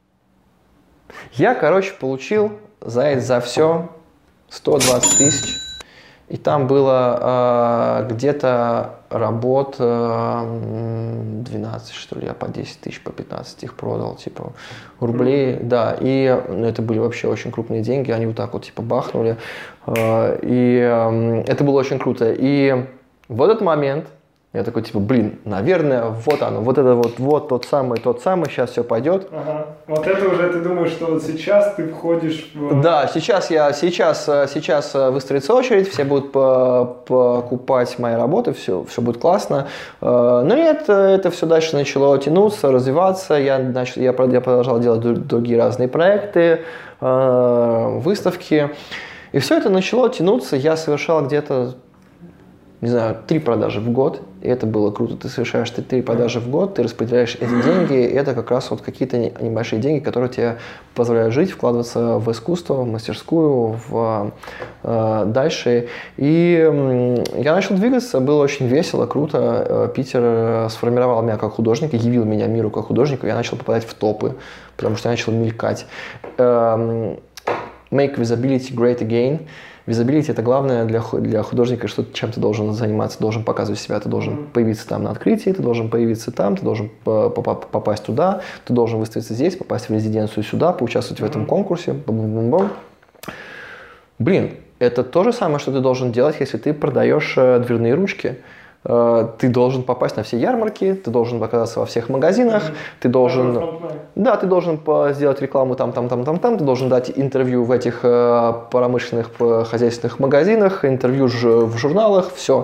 Я, короче, получил за, за все сто двадцать тысяч. И там было э, где-то работ э, двенадцать, что ли, я по десять тысяч, по пятнадцать их продал, типа, рублей, mm-hmm. да, и ну, это были вообще очень крупные деньги, они вот так вот, типа, бахнули, э, и э, это было очень круто, и в этот момент я такой, типа, блин, наверное, вот оно, вот это вот, вот тот самый, тот самый, сейчас все пойдет. Ага. Вот это уже ты думаешь, что вот сейчас ты входишь в… Да, сейчас я, сейчас, сейчас выстроится очередь, все будут покупать мои работы, все, все будет классно. Но нет, это все дальше начало тянуться, развиваться, я, начал, я, я продолжал делать другие разные проекты, выставки. И все это начало тянуться, я совершал где-то, не знаю, три продажи в год, и это было круто. Ты совершаешь три продажи в год, ты распределяешь эти деньги, и это как раз вот какие-то небольшие деньги, которые тебе позволяют жить, вкладываться в искусство, в мастерскую, в, э, дальше. И э, я начал двигаться, было очень весело, круто. Питер сформировал меня как художника, явил меня миру как художника, я начал попадать в топы, потому что я начал мелькать. Э, make visibility great again. Визабилити – это главное для, для художника, что чем ты должен заниматься, должен показывать себя, ты должен mm-hmm. появиться там на открытии, ты должен появиться там, ты должен попасть туда, ты должен выставиться здесь, попасть в резиденцию сюда, поучаствовать mm-hmm. в этом конкурсе. Бум-бум-бум. Блин, это то же самое, что ты должен делать, если ты продаешь дверные ручки. Ты должен попасть на все ярмарки, ты должен оказаться во всех магазинах, mm-hmm. ты должен, да, ты должен сделать рекламу там, там, там, там, там, ты должен дать интервью в этих промышленных хозяйственных магазинах, интервью в журналах, все.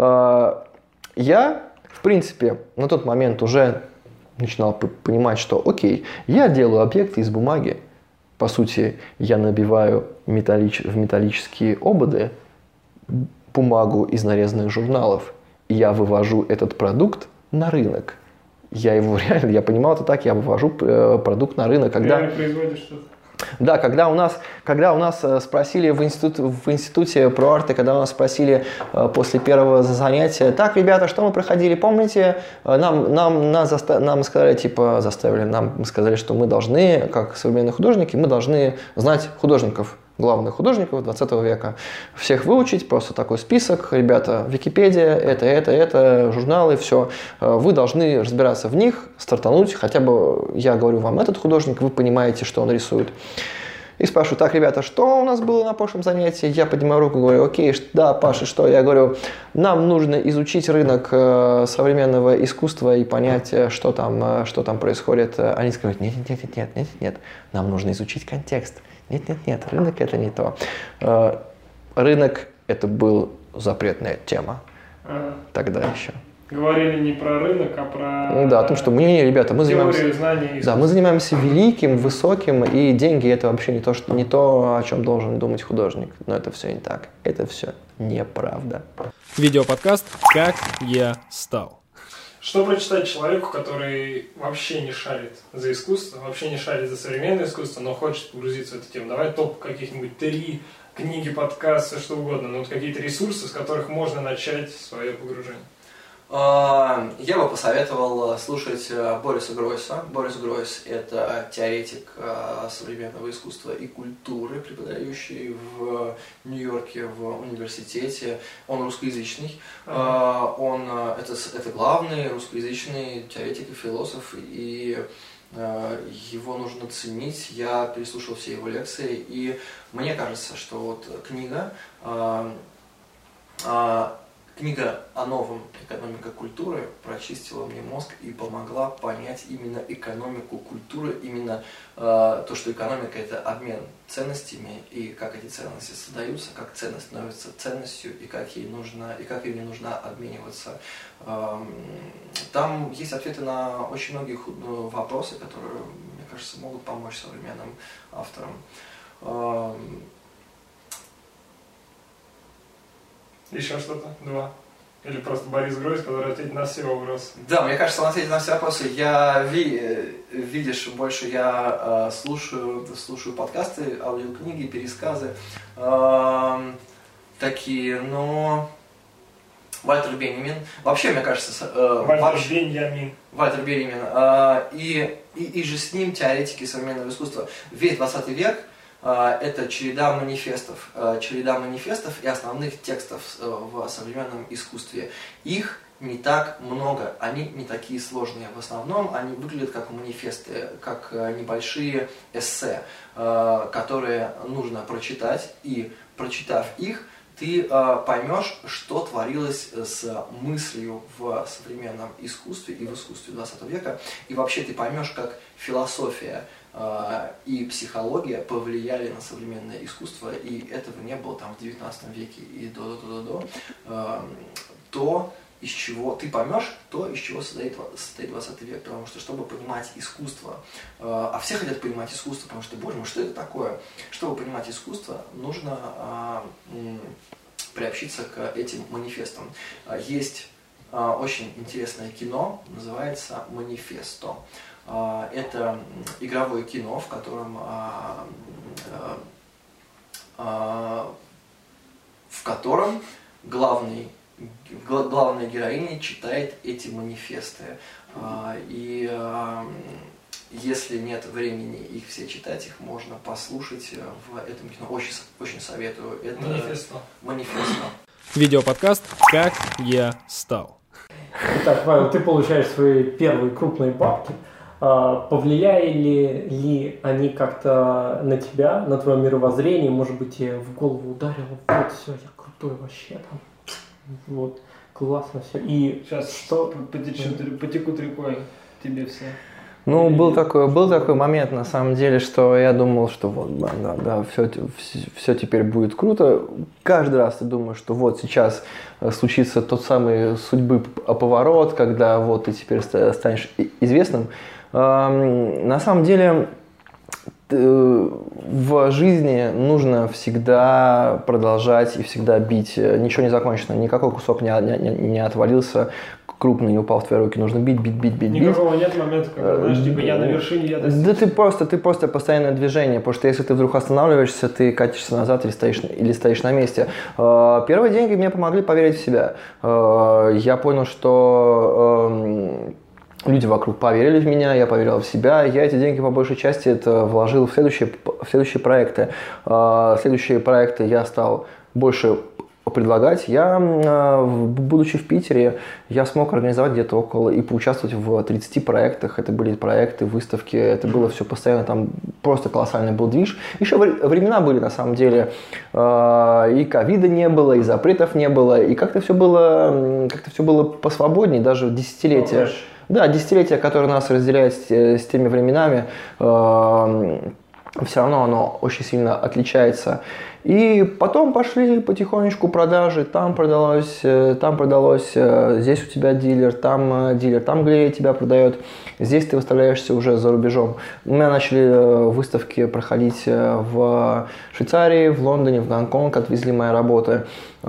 Я, в принципе, на тот момент уже начинал понимать, что окей, я делаю объекты из бумаги, по сути, я набиваю металлич... в металлические ободы бумагу из нарезанных журналов. Я вывожу этот продукт на рынок. Я его реально, я понимал это так, я вывожу продукт на рынок. Когда... Реально производишь что-то? Да, когда у нас, когда у нас спросили в, институт, в институте про арты, когда у нас спросили после первого занятия, так, ребята, что мы проходили, помните? Нам, нам, нас заста- нам сказали, типа, заставили, нам сказали, что мы должны, как современные художники, мы должны знать художников, главных художников двадцатого века. Всех выучить, просто такой список. Ребята, Википедия, это, это, это, журналы, все. Вы должны разбираться в них, стартануть. Хотя бы я говорю вам, этот художник, вы понимаете, что он рисует. И спрашиваю, так, ребята, что у нас было на прошлом занятии? Я поднимаю руку и говорю, окей, да, Паша, что? Я говорю, нам нужно изучить рынок современного искусства и понять, что там, что там происходит. Они скажут, нет, нет, нет, нет, нет, нет, нам нужно изучить контекст. Нет, нет, нет, рынок это не то. Рынок это был запретная тема. А, тогда еще. Говорили не про рынок, а про... Да, о том, что мы, не, ребята, мы занимаемся... знаний. Да, мы занимаемся великим, высоким, и деньги это вообще не то, что, не то, о чем должен думать художник. Но это все не так. Это все неправда. Видеоподкаст «Как я стал». Что прочитать человеку, который вообще не шарит за искусство, вообще не шарит за современное искусство, но хочет погрузиться в эту тему? Давай топ каких-нибудь три книги, подкасты, что угодно, но вот какие-то ресурсы, с которых можно начать свое погружение. Я бы посоветовал слушать Бориса Гройса. Борис Гройс – это теоретик современного искусства и культуры, преподающий в Нью-Йорке в университете. Он русскоязычный. Uh-huh. Он, это, это главный русскоязычный теоретик и философ, и его нужно ценить. Я переслушал все его лекции, и мне кажется, что вот книга... Книга о новом «Экономика культуры» прочистила мне мозг и помогла понять именно экономику культуры, именно э, то, что экономика – это обмен ценностями, и как эти ценности создаются, как ценность становится ценностью, и как ей нужно, и как ей не нужно обмениваться. Э, там есть ответы на очень многие вопросы, которые, мне кажется, могут помочь современным авторам. Э, Еще что-то? Два. Или просто Борис Гройс, который ответит на все вопросы. Да, мне кажется, он ответит на все вопросы. Я, ви, видишь, больше я э, слушаю, слушаю подкасты, аудиокниги, пересказы. Э, такие, но... Вальтер Беньямин. Вообще, мне кажется... Э, Вальтер вообще, Беньямин. Вальтер Беньямин. Э, и, и, и же с ним теоретики современного искусства. Весь двадцатый век это череда манифестов, череда манифестов и основных текстов в современном искусстве. Их не так много, они не такие сложные. В основном они выглядят как манифесты, как небольшие эссе, которые нужно прочитать, и прочитав их, ты поймешь, что творилось с мыслью в современном искусстве и в искусстве двадцатого века, и вообще ты поймешь, как философия и психология повлияли на современное искусство, и этого не было там в девятнадцатом веке и до-до-до-до-до, то, из чего ты поймешь, то, из чего состоит, состоит двадцатый век, потому что, чтобы понимать искусство, а все хотят понимать искусство, потому что, боже мой, что это такое? Чтобы понимать искусство, нужно приобщиться к этим манифестам. Есть очень интересное кино, называется «Манифесто». Это игровое кино, в котором, в котором главный, главная героиня читает эти манифесты. И если нет времени их все читать, их можно послушать в этом кино. Очень, очень советую. Это Манифесто. Манифесто. Видеоподкаст «Как я стал». Итак, Павел, ты получаешь свои первые крупные бабки. Повлияли ли они как-то на тебя, на твое мировоззрение? Может быть, тебе в голову ударило, вот все, я крутой вообще там. Вот, классно все. И сейчас что? Потечут, потекут рекой тебе все. Ну, был такой, был такой момент, на самом деле, что я думал, что вот, да, да, да, все, все теперь будет круто. Каждый раз ты думаешь, что вот сейчас случится тот самый судьбы поворот, когда вот ты теперь станешь известным. На самом деле, в жизни нужно всегда продолжать и всегда бить. Ничего не закончено, никакой кусок не, не, не отвалился. крупный не упал в твои руки, нужно бить, бить, бить, бить, бить. Никакого нет момента, когда, знаешь, типа, я на вершине, я достиг. Да ты просто, ты просто постоянное движение, потому что если ты вдруг останавливаешься, ты катишься назад или стоишь, или стоишь на месте. Первые деньги мне помогли поверить в себя. Я понял, что люди вокруг поверили в меня, я поверил в себя. Я эти деньги по большей части это вложил в следующие, в следующие проекты. Следующие проекты я стал больше предлагать. Я, будучи в Питере, я смог организовать где-то около и поучаствовать в тридцати проектах. Это были проекты, выставки, это было все постоянно, там просто колоссальный был движ. Еще времена были на самом деле, и ковида не было, и запретов не было, и как-то все было, как-то все было посвободнее, даже десятилетия. Да, десятилетие, которое нас разделяет с, с теми временами, э, все равно оно очень сильно отличается. И потом пошли потихонечку продажи, там продалось, там продалось, здесь у тебя дилер, там дилер, там галерея тебя продает, здесь ты выставляешься уже за рубежом. У меня начали выставки проходить в Швейцарии, в Лондоне, в Гонконг, отвезли мои работы.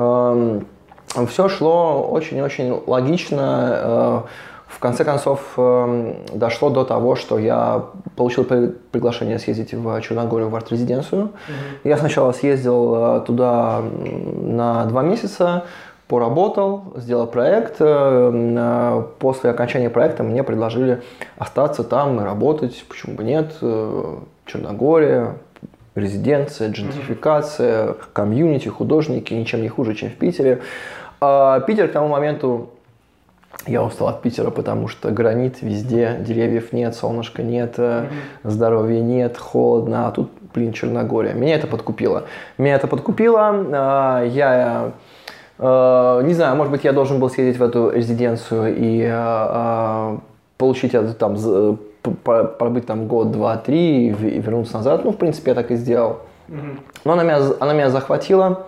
Все шло очень-очень логично. В конце концов, дошло до того, что я получил приглашение съездить в Черногорию в арт-резиденцию. Mm-hmm. Я сначала съездил туда на два месяца, поработал, сделал проект. После окончания проекта мне предложили остаться там и работать. Почему бы нет? Черногория, резиденция, джентрификация, комьюнити, художники, ничем не хуже, чем в Питере. А Питер к тому моменту... Я устал от Питера, потому что гранит везде, деревьев нет, солнышка нет, mm-hmm. здоровья нет, холодно, а тут, блин, Черногория. Меня это подкупило. Меня это подкупило. Я, не знаю, может быть, я должен был съездить в эту резиденцию и получить это там, пробыть там год, два, три и вернуться назад. Ну, в принципе, я так и сделал. Mm-hmm. Но она меня, она меня захватила.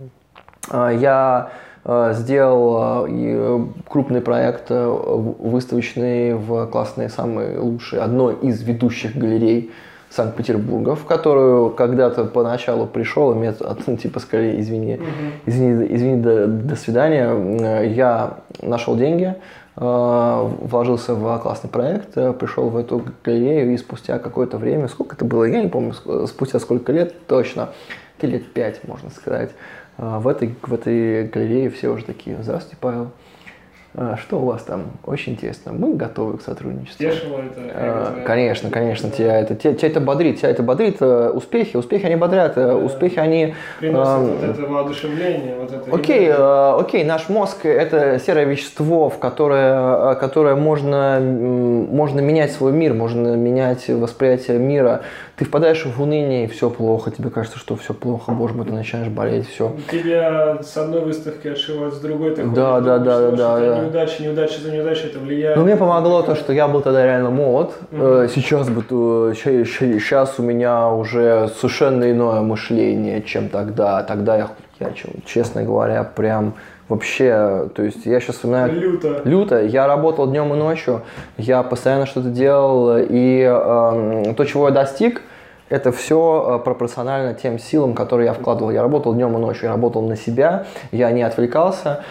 Я... Сделал крупный проект выставочный в классной, самой лучшей, одной из ведущих галерей Санкт-Петербурга, в которую когда-то поначалу пришел, и мне ну, типа сказали, извини, извини, извини до, до свидания. Я нашел деньги, вложился в классный проект, пришел в эту галерею, и спустя какое-то время, сколько это было, я не помню, спустя сколько лет точно, лет пять, можно сказать, В этой, в этой галерее все уже такие: здравствуйте, Павел, что у вас там? Очень интересно. Мы готовы к сотрудничеству. Тешило это? А, конечно, конечно. Тебя это, тебя, тебя это бодрит. Тебя это бодрит. Успехи, успехи они бодрят. Да. Успехи они... Приносят а, вот это воодушевление. Вот это окей, а, окей, наш мозг – это серое вещество, в которое, которое можно, можно менять свой мир, можно менять восприятие мира. Ты впадаешь в уныние, и все плохо. Тебе кажется, что все плохо. Боже мой, ты начинаешь болеть, все. Тебя с одной выставки отшивают, с другой ты да, ходишь, да, да, что да, да. неудача, неудача за неудачей, это влияет. Но мне помогло то, что я был тогда реально молод. Mm-hmm. Сейчас, бы, сейчас у меня уже совершенно иное мышление, чем тогда. Тогда я, я честно говоря, прям вообще, то есть я сейчас вспоминаю... Люто. Люто. Я работал днем и ночью, я постоянно что-то делал, и э, то, чего я достиг, это все пропорционально тем силам, которые я вкладывал. Я работал днем и ночью, я работал на себя, я не отвлекался.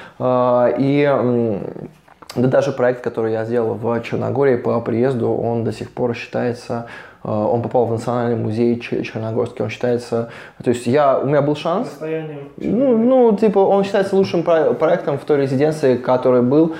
И да, даже проект, который я сделал в Черногории по приезду, он до сих пор считается, он попал в Национальный музей Черногорский, он считается, то есть я, у меня был шанс. Ну, ну, типа, он считается лучшим проектом в той резиденции, который был.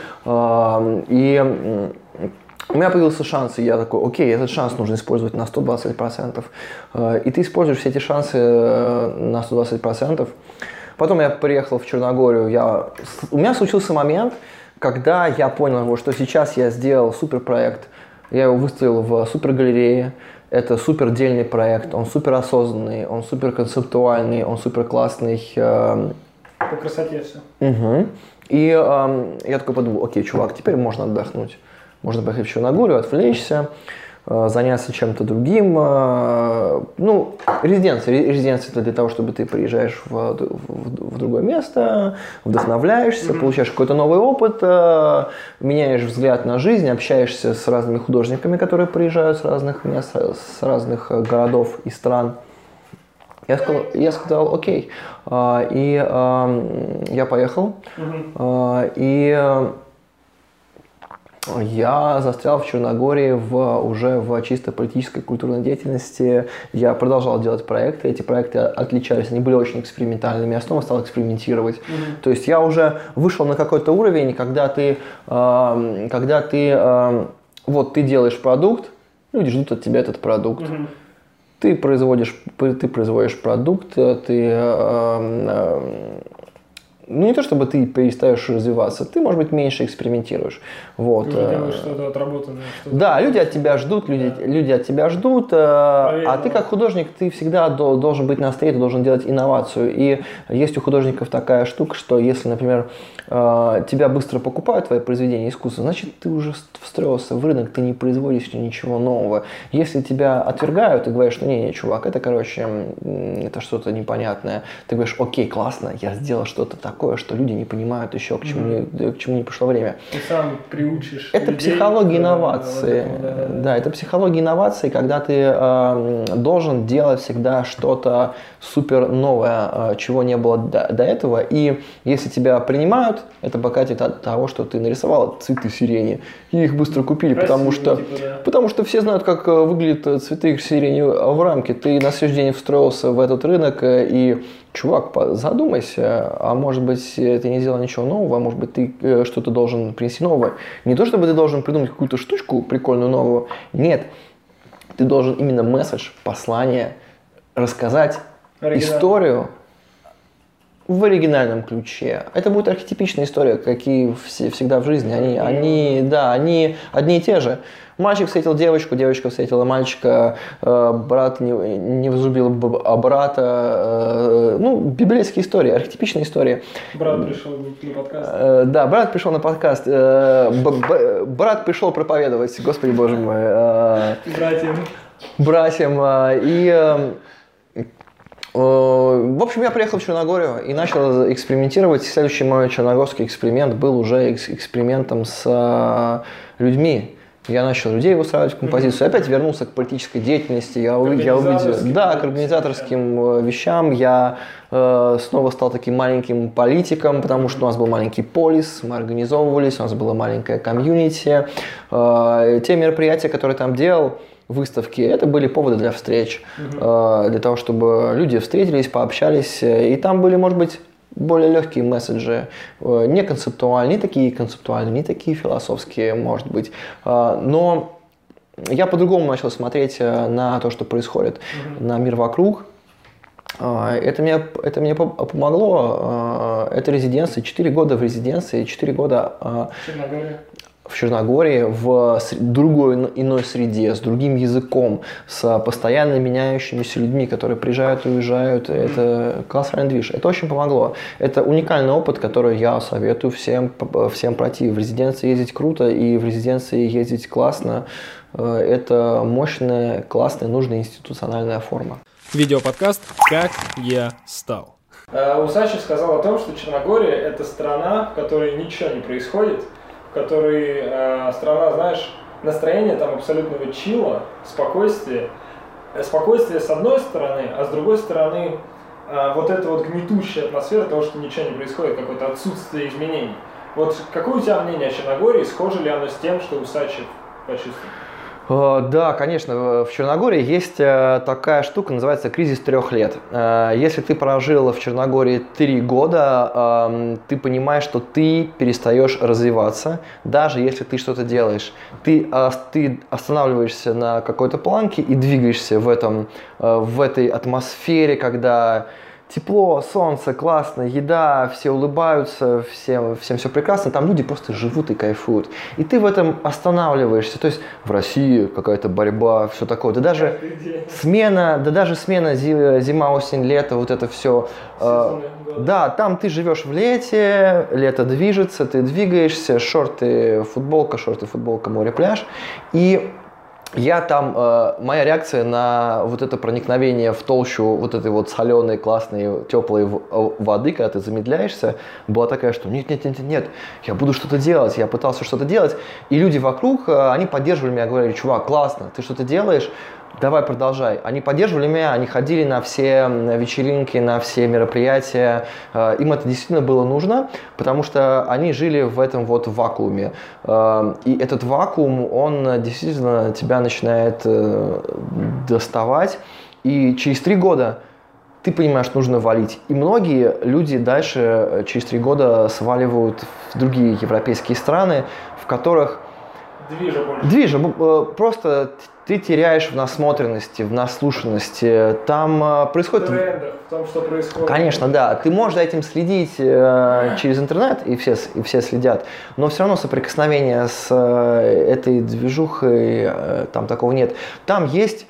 И у меня появился шанс, и я такой: окей, этот шанс нужно использовать на сто двадцать процентов. И ты используешь все эти шансы на сто двадцать процентов. Потом я приехал в Черногорию. Я... У меня случился момент, когда я понял, что сейчас я сделал суперпроект. Я его выставил в супергалерее. Это супердельный проект, он суперосознанный, он суперконцептуальный, он суперклассный. По красоте все. Угу. И э, я такой подумал: окей, чувак, теперь можно отдохнуть. Можно поехать в Черногорию, отвлечься, заняться чем-то другим. Ну, резиденция. Резиденция – это для того, чтобы ты приезжаешь в, в, в другое место, вдохновляешься, mm-hmm. получаешь какой-то новый опыт, меняешь взгляд на жизнь, общаешься с разными художниками, которые приезжают с разных мест, с разных городов и стран. Я сказал, я сказал окей. И я поехал. Mm-hmm. И Я застрял в Черногории в, уже в чисто политической культурной деятельности. Я продолжал делать проекты. Эти проекты отличались, они были очень экспериментальными. Я снова стал экспериментировать. Mm-hmm. То есть я уже вышел на какой-то уровень, когда ты, э, когда ты, э, вот ты делаешь продукт, люди ждут от тебя этот продукт. Mm-hmm. Ты производишь, ты производишь продукт, ты э, э, ну, не то, чтобы ты перестаешь развиваться, ты, может быть, меньше экспериментируешь. Вот. Ты делаешь что-то отработанное. Что-то да, люди от тебя ждут, люди, да. люди от тебя ждут, Проверено. А ты как художник, ты всегда должен быть на острие, ты должен делать инновацию. И есть у художников такая штука, что если, например, тебя быстро покупают, твои произведения искусства, значит, ты уже встроился в рынок, ты не производишь ничего нового. Если тебя отвергают и говорят, что не, не, чувак, это, короче, это что-то непонятное, ты говоришь, окей, классно, я сделал что-то такое, что люди не понимают еще, к чему, mm-hmm. не, к чему не пришло время. Ты сам приучишь Это людей, психология инновации. Да, да, да. да, это психология инноваций, когда ты э, должен делать всегда что-то супер новое, э, чего не было до, до этого. И если тебя принимают, это покатит от того, что ты нарисовал цветы сирени. И их быстро купили, Красиво, потому что, типа, да. потому что все знают, как выглядят цветы сирени в рамке. Ты на следующий день встроился в этот рынок и... Чувак, задумайся, а может быть ты не сделал ничего нового, а может быть ты что-то должен принести новое. Не то, чтобы ты должен придумать какую-то штучку прикольную новую, нет. Ты должен именно месседж, послание рассказать, Оригинально. историю в оригинальном ключе. Это будет архетипичная история, какие все, всегда в жизни. Они, они, да, они одни и те же. Мальчик встретил девочку, девочка встретила мальчика, э, брат не, не возлюбил брата. Э, ну, библейские истории, архетипичные истории. Брат пришел на подкаст. Э, да, брат пришел на подкаст. Э, б, б, брат пришел проповедовать, Господи Боже мой. Э, братьям. Братьям. Э, и... Э, В общем, я приехал в Черногорию и начал экспериментировать. Следующий мой черногорский эксперимент был уже экспериментом с людьми. Я начал людей выстраивать в композицию. Опять вернулся к политической деятельности. Я увидел, я увидел да, к организаторским вещам. Я э, снова стал таким маленьким политиком, потому что у нас был маленький полис, мы организовывались, у нас было маленькое комьюнити. Э, те мероприятия, которые там делал, выставки, это были поводы для встреч, uh-huh. э, для того, чтобы люди встретились, пообщались, и там были, может быть, более легкие месседжи, э, не концептуальные, не такие концептуальные, не такие философские, может быть, э, но я по-другому начал смотреть на то, что происходит, uh-huh. на мир вокруг. Э, это мне, это мне помогло, э, это резиденция, четыре года в резиденции, четыре года э, в Черногории, в другой иной среде, с другим языком, с постоянно меняющимися людьми, которые приезжают и уезжают. Это колоссальный движ. Это очень помогло. Это уникальный опыт, который я советую всем, всем пройти. В резиденции ездить круто и в резиденции ездить классно. Это мощная, классная, нужная институциональная форма. Видеоподкаст «Как я стал». Усачев сказал о том, что Черногория – это страна, в которой ничего не происходит, в которой э, страна, знаешь, настроение там абсолютного чилла, спокойствия. Спокойствие с одной стороны, а с другой стороны э, вот эта вот гнетущая атмосфера того, что ничего не происходит, какое-то отсутствие изменений. Вот какое у тебя мнение о Черногории, схоже ли оно с тем, что Усачев почувствовал? Да, конечно, в Черногории есть такая штука, называется кризис трех лет. Если ты прожил в Черногории три года, ты понимаешь, что ты перестаешь развиваться, даже если ты что-то делаешь. Ты, ты останавливаешься на какой-то планке и двигаешься в, этом, в этой атмосфере, когда тепло, солнце, классно, еда, все улыбаются, всем, всем все прекрасно, там люди просто живут и кайфуют. И ты в этом останавливаешься. То есть в России какая-то борьба, все такое. Да даже смена, да даже смена зима, осень, лето, вот это все. Э, да, там ты живешь в лете, лето движется, ты двигаешься, шорты, футболка, шорты, футболка, море, пляж. И я там, э, моя реакция на вот это проникновение в толщу вот этой вот соленой, классной, теплой воды, когда ты замедляешься, была такая, что нет, нет, нет, нет, я буду что-то делать, я пытался что-то делать, и люди вокруг, э, они поддерживали меня, говорили, чувак, классно, ты что-то делаешь, давай продолжай. Они поддерживали меня, они ходили на все вечеринки, на все мероприятия. Им это действительно было нужно, потому что они жили в этом вот вакууме. И этот вакуум, он действительно тебя начинает доставать. И через три года ты понимаешь, что нужно валить. И многие люди дальше через три года сваливают в другие европейские страны, в которых Движа больше. Движа. Просто ты теряешь в насмотренности, в наслушанности. Там происходит... В трендах, в том, что происходит. Конечно, да. Ты можешь за этим следить э, через интернет, и все, и все следят, но все равно соприкосновения с э, этой движухой э, там такого нет. Там есть...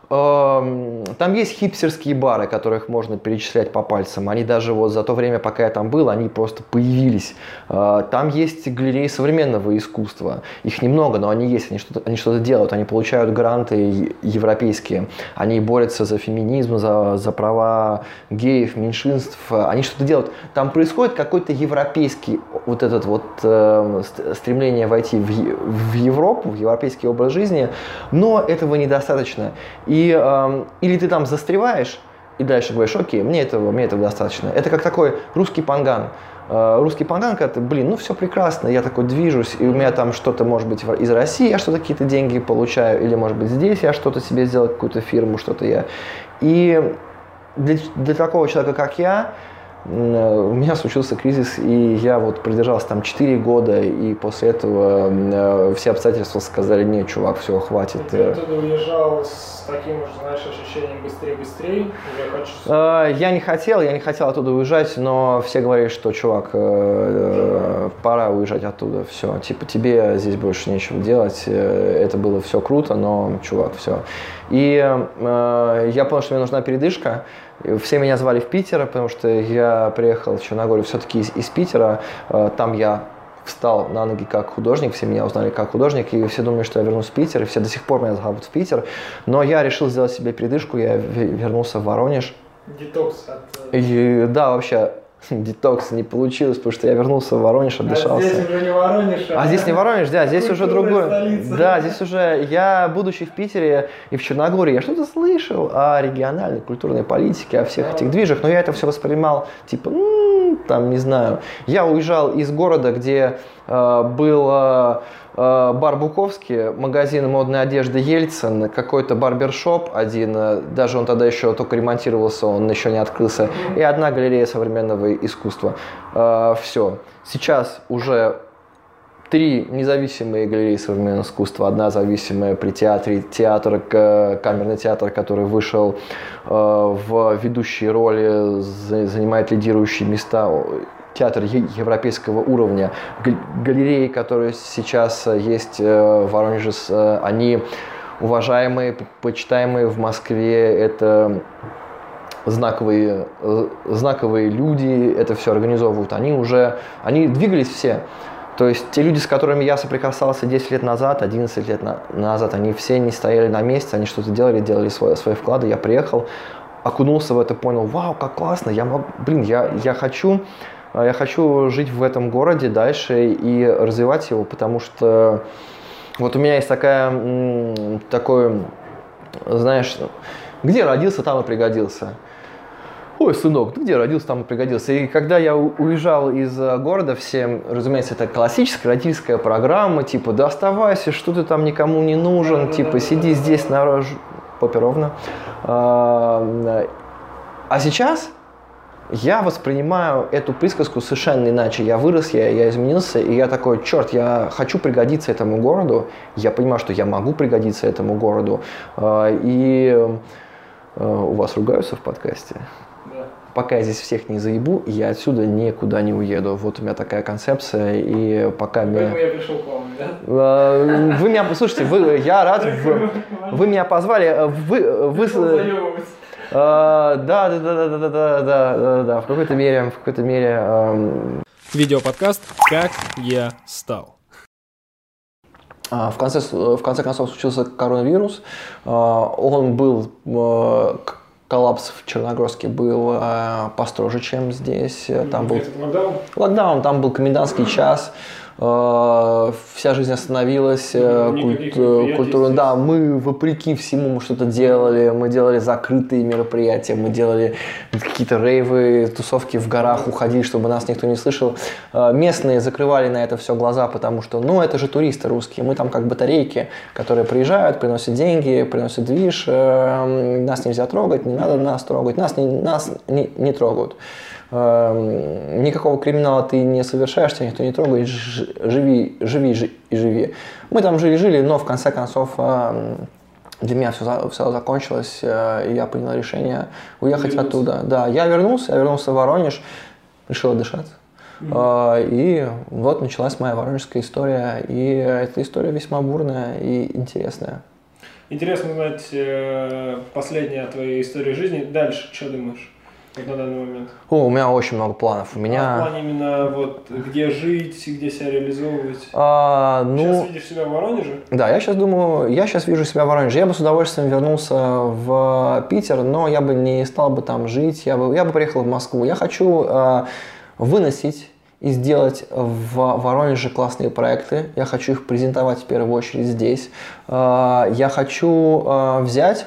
Там есть хипстерские бары, которых можно перечислять по пальцам. Они даже вот за то время, пока я там был, они просто появились. Там есть галереи современного искусства. Их немного, но они есть. Они что-то, они что-то делают. Они получают гранты европейские. Они борются за феминизм, за, за права геев, меньшинств. Они что-то делают. Там происходит какой-то европейский вот этот вот э, стремление войти в, в Европу, в европейский образ жизни. Но этого недостаточно. И И, э, или ты там застреваешь и дальше говоришь, окей, мне этого, мне этого достаточно. Это как такой русский панган. Э, русский панган, когда ты, блин, ну все прекрасно, я такой движусь, и у меня там что-то, может быть, из России, я что-то какие-то деньги получаю, или, может быть, здесь я что-то себе сделал, какую-то фирму, что-то я. И для, для такого человека, как я, у меня случился кризис, и я вот продержался там четыре года, и после этого э, все обстоятельства сказали, нет, чувак, все, хватит. Ты оттуда уезжал с таким уже, знаешь, ощущением быстрее-быстрее? Уже хочу... э, я не хотел, я не хотел оттуда уезжать, но все говорили, что, чувак, э, э, пора уезжать оттуда, все, типа, тебе здесь больше нечего делать, э, это было все круто, но, чувак, все. И э, я понял, что мне нужна передышка. Все меня звали в Питер, потому что я приехал в Черногорию все-таки из, из Питера. Там я встал на ноги как художник, все меня узнали как художник, и все думали, что я вернусь в Питер, и все до сих пор меня зовут в Питер. Но я решил сделать себе передышку, я вернулся в Воронеж. Детокс от... И, да, вообще... Детокс не получилось, потому что я вернулся в Воронеж, отдышался. А здесь уже не Воронеж, а, а здесь не Воронеж, да, здесь уже другое. Столица. Да, здесь уже я, будучи в Питере и в Черногории, я что-то слышал о региональной культурной политике, о всех этих движах, но я это все воспринимал, типа, м-м, там, не знаю. Я уезжал из города, где э, был э, бар Буковский, магазин модной одежды Ельцин, какой-то барбершоп один, даже он тогда еще только ремонтировался, он еще не открылся, и одна галерея современного искусства. Все. Сейчас уже три независимые галереи современного искусства. Одна зависимая при театре, театр, камерный театр, который вышел в ведущие роли, занимает лидирующие места. Театр европейского уровня. Галереи, которые сейчас есть в Воронеже, они уважаемые, почитаемые в Москве. Это знаковые, знаковые люди, это все организовывают. Они уже, они двигались все. То есть те люди, с которыми я соприкасался десять лет назад, одиннадцать лет назад, они все не стояли на месте, они что-то делали, делали свои, свои вклады. Я приехал, окунулся в это, понял, вау, как классно, я могу, блин, я, я хочу... Я хочу жить в этом городе дальше и развивать его, потому что вот у меня есть такая, такой, знаешь, где родился, там и пригодился. Ой, сынок, ты где родился, там и пригодился. И когда я уезжал из города, всем, разумеется, это классическая родительская программа, типа, да оставайся, что ты там никому не нужен, типа, сиди здесь на попе ровно. А сейчас... Я воспринимаю эту присказку совершенно иначе. Я вырос, я, я изменился, и я такой, черт, я хочу пригодиться этому городу. Я понимаю, что я могу пригодиться этому городу. И у вас ругаются в подкасте? Да. Пока я здесь всех не заебу, я отсюда никуда не уеду. Вот у меня такая концепция, и пока Поэтому меня... я пришел к вам, да? Вы меня, слушайте, вы, я рад, вы, вы меня позвали, вы... вы... Uh, да, да, да, да, да, да, да, да, да, в какой-то мере, в какой-то мере. Um... Видеоподкаст «Как я стал». Uh, в конце, в конце концов случился коронавирус. Uh, он был uh, коллапс в Черногорске был uh, построже, чем здесь. Там был локдаун. Локдаун, там был комендантский час. э, вся жизнь остановилась, э, культ, культура, да, мы вопреки всему мы что-то делали, мы делали закрытые мероприятия, мы делали какие-то рейвы, тусовки в горах, уходили, чтобы нас никто не слышал. Э, местные закрывали на это все глаза, потому что, ну, это же туристы русские, мы там как батарейки, которые приезжают, приносят деньги, приносят движ, э, нас нельзя трогать, не надо нас трогать, нас не, нас не, не трогают. Никакого криминала ты не совершаешь, тебя никто не трогает, живи, живи и живи. Мы там жили-жили, но в конце концов для меня все, все закончилось, и я принял решение уехать вернулся. оттуда. Да, я вернулся, я вернулся в Воронеж, решил отдышаться. Mm-hmm. И вот началась моя воронежская история, и эта история весьма бурная и интересная. Интересно узнать последнее о твоей истории жизни. Дальше, что думаешь? На данный момент? О, у меня очень много планов. У меня... А в плане именно вот где жить, где себя реализовывать? А, ну... Сейчас видишь себя в Воронеже? Да, я сейчас думаю, я сейчас вижу себя в Воронеже. Я бы с удовольствием вернулся в Питер, но я бы не стал бы там жить. Я бы, я бы приехал в Москву. Я хочу э, выносить и сделать в Воронеже классные проекты. Я хочу их презентовать в первую очередь здесь. Э, я хочу э, взять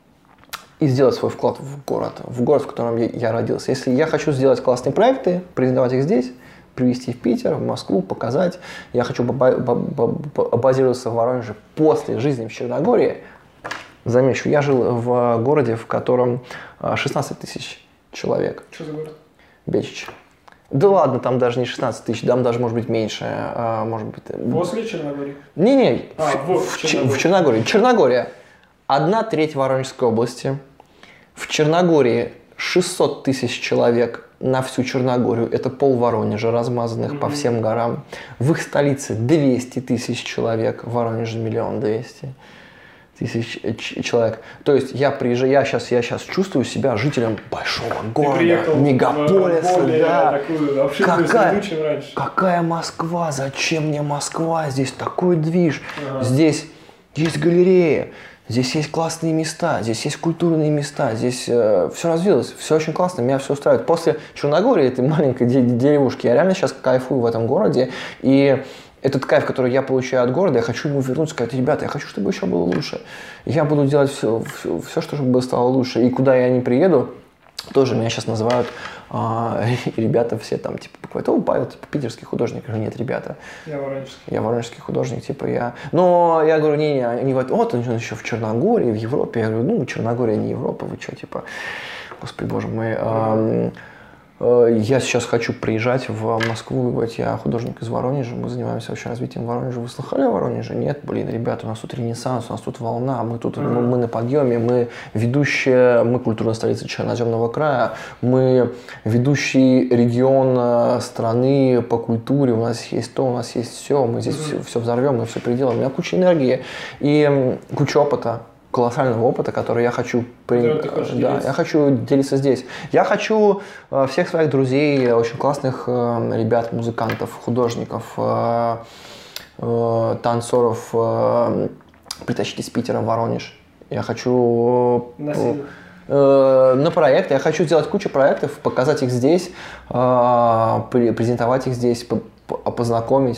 и сделать свой вклад в город, в город, в котором я, я родился. Если я хочу сделать классные проекты, презентовать их здесь, привезти в Питер, в Москву, показать, я хочу базироваться в Воронеже после жизни в Черногории. Замечу, я жил в городе, в котором шестнадцать тысяч человек. Что за город? Бечич. Да ладно, там даже не шестнадцать тысяч, там даже может быть меньше. А, может быть... После Черногории? Не-не, а, в, вот, в, Черногории. в Черногории. Черногория. Одна треть Воронежской области. В Черногории шестьсот тысяч человек на всю Черногорию. Это пол Воронежа, размазанных mm-hmm. по всем горам. В их столице двести тысяч человек. В Воронеже миллион двести тысяч человек. То есть я приезжаю, я сейчас, я сейчас чувствую себя жителем большого города, мегаполиса. Да. Какая, какая Москва? Зачем мне Москва? Здесь такой движ. Ага. Здесь есть галерея. Здесь есть классные места, здесь есть культурные места, здесь э, все развилось, все очень классно, меня все устраивает. После Черногории, этой маленькой деревушки, я реально сейчас кайфую в этом городе, и этот кайф, который я получаю от города, я хочу ему вернуться, сказать: ребята, я хочу, чтобы еще было лучше. Я буду делать все, все, все чтобы стало лучше, и куда я не приеду, тоже меня сейчас называют а, ребята все там, типа, буквально, о, Павел, типа, питерский художник. Я говорю: нет, ребята. Я воронежский. Я воронежский художник, типа, я... Но я говорю: не-не, они говорят: вот, он еще в Черногории, в Европе. Я говорю: ну, Черногория не Европа, вы что, типа, господи, боже мой. А, я сейчас хочу приезжать в Москву и говорить: я художник из Воронежа, мы занимаемся вообще развитием Воронежа. Вы слыхали о Воронеже? Нет, блин, ребята, у нас тут ренессанс, у нас тут волна, мы тут, мы, мы на подъеме, мы ведущие, мы культурная столица Черноземного края, мы ведущий регион страны по культуре, у нас есть то, у нас есть все, мы здесь все, все взорвем, мы все переделаем. У меня куча энергии и куча опыта. Колоссального опыта, который я хочу, при... да, я хочу делиться здесь. Я хочу э, всех своих друзей, очень классных э, ребят, музыкантов, художников, э, э, танцоров э, притащить из Питера в Воронеж. Я хочу э, э, на проекты. Я хочу сделать кучу проектов, показать их здесь, э, презентовать их здесь, познакомить.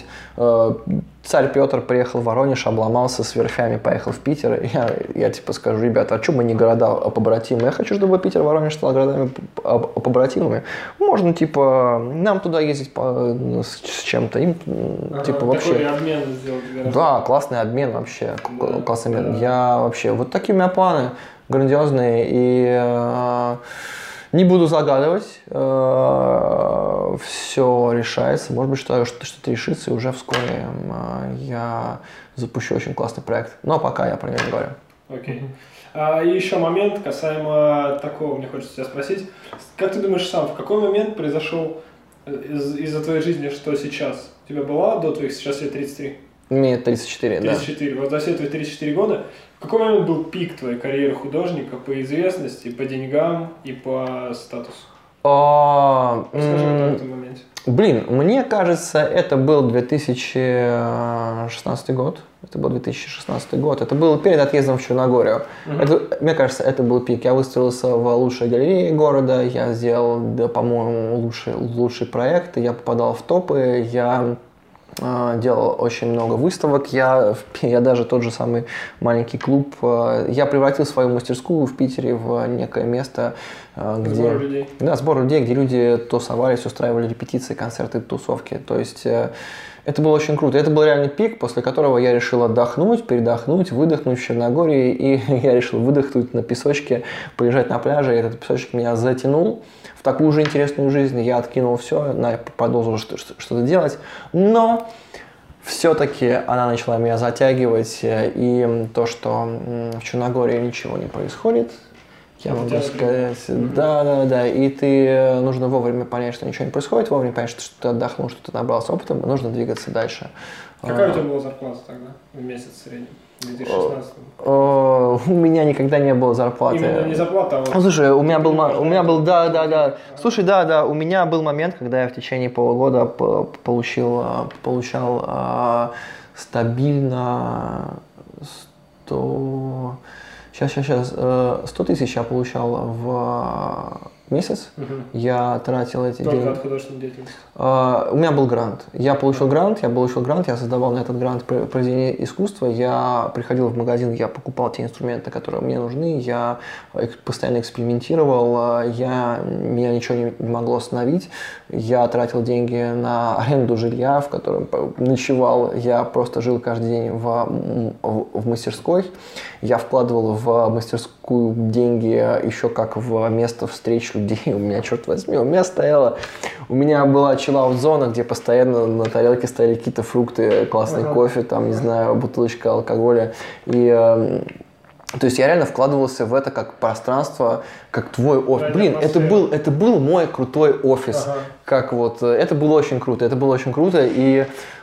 Царь Петр приехал в Воронеж, обломался с верфями, поехал в Питер. Я, я типа скажу: ребята, а что мы не города побратимы? Я хочу, чтобы Питер и Воронеж стал городами побратимыми. Можно, типа, нам туда ездить по, с, с чем-то. Им, ага, типа, вообще... Такой обмен сделать. Да, классный обмен вообще. Да, классный обмен. Да. Я вообще... Вот такие у меня планы грандиозные. И... Не буду загадывать, все решается. Может быть, что, что-то решится, и уже вскоре я запущу очень классный проект. Но пока я про него не говорю. Окей. А, и еще момент касаемо такого, мне хочется тебя спросить. Как ты думаешь сам, в какой момент произошел из- из-за твоей жизни, что сейчас? У тебя была до твоих, сейчас тебе тридцать три? Мне тридцать четыре, тридцать четыре. Да. Вот за все твои тридцать четыре года, в какой момент был пик твоей карьеры художника по известности, по деньгам и по статусу? А, Расскажи м- об этом моменте. Блин, мне кажется, это был две тысячи шестнадцатый год. Это был две тысячи шестнадцатый год. Это было перед отъездом в Черногорию. Uh-huh. Это, мне кажется, это был пик. Я выстроился в лучшей галерее города. Я сделал, да, по-моему, лучший, лучший проект. Я попадал в топы. Я делал очень много выставок. Я, я даже тот же самый маленький клуб, я превратил свою мастерскую в Питере в некое место, где... Сбор людей. Да, сбор людей, где люди тусовались, устраивали репетиции, концерты, тусовки. То есть это было очень круто. Это был реальный пик, после которого я решил отдохнуть, передохнуть, выдохнуть в Черногории. И я решил выдохнуть на песочке, полежать на пляже. И этот песочек меня затянул в такую же интересную жизнь. Я откинул все, продолжил что-то делать. Но все-таки она начала меня затягивать. И то, что в Черногории ничего не происходит, я могу сказать, да, да, да, и ты нужно вовремя понять, что ничего не происходит, вовремя понять, что ты отдохнул, что ты набрался опытом, и нужно двигаться дальше. Какая у тебя была зарплата тогда в месяц в среднем? В две тысячи шестнадцатом? У меня никогда не было зарплаты. Именно не зарплата, а вот... Слушай, у меня был, у меня был, да, да, да. Слушай, да, да, у меня был момент, когда я в течение полугода получил, получал стабильно сто... Сейчас, сейчас, сейчас. сто тысяч я получал в месяц. Угу. Я тратил эти Только деньги. Только от художественной деятельности? Uh, у меня был грант. Я получил грант, я получил грант, я создавал на этот грант произведение искусства. Я приходил в магазин, я покупал те инструменты, которые мне нужны. Я постоянно экспериментировал. Я, меня ничего не могло остановить. Я тратил деньги на аренду жилья, в котором ночевал. Я просто жил каждый день в, в, в мастерской. Я вкладывал в мастерскую деньги еще как в место встреч людей. У меня, черт возьми, у меня стояло... У меня была чиллаут-зона, где постоянно на тарелке стояли какие-то фрукты, классный ага. кофе, там, не знаю, бутылочка алкоголя. И, э, то есть я реально вкладывался в это как пространство, как твой офис. Блин, это был, это был мой крутой офис. Ага. Как вот, это было очень круто, это было очень круто. И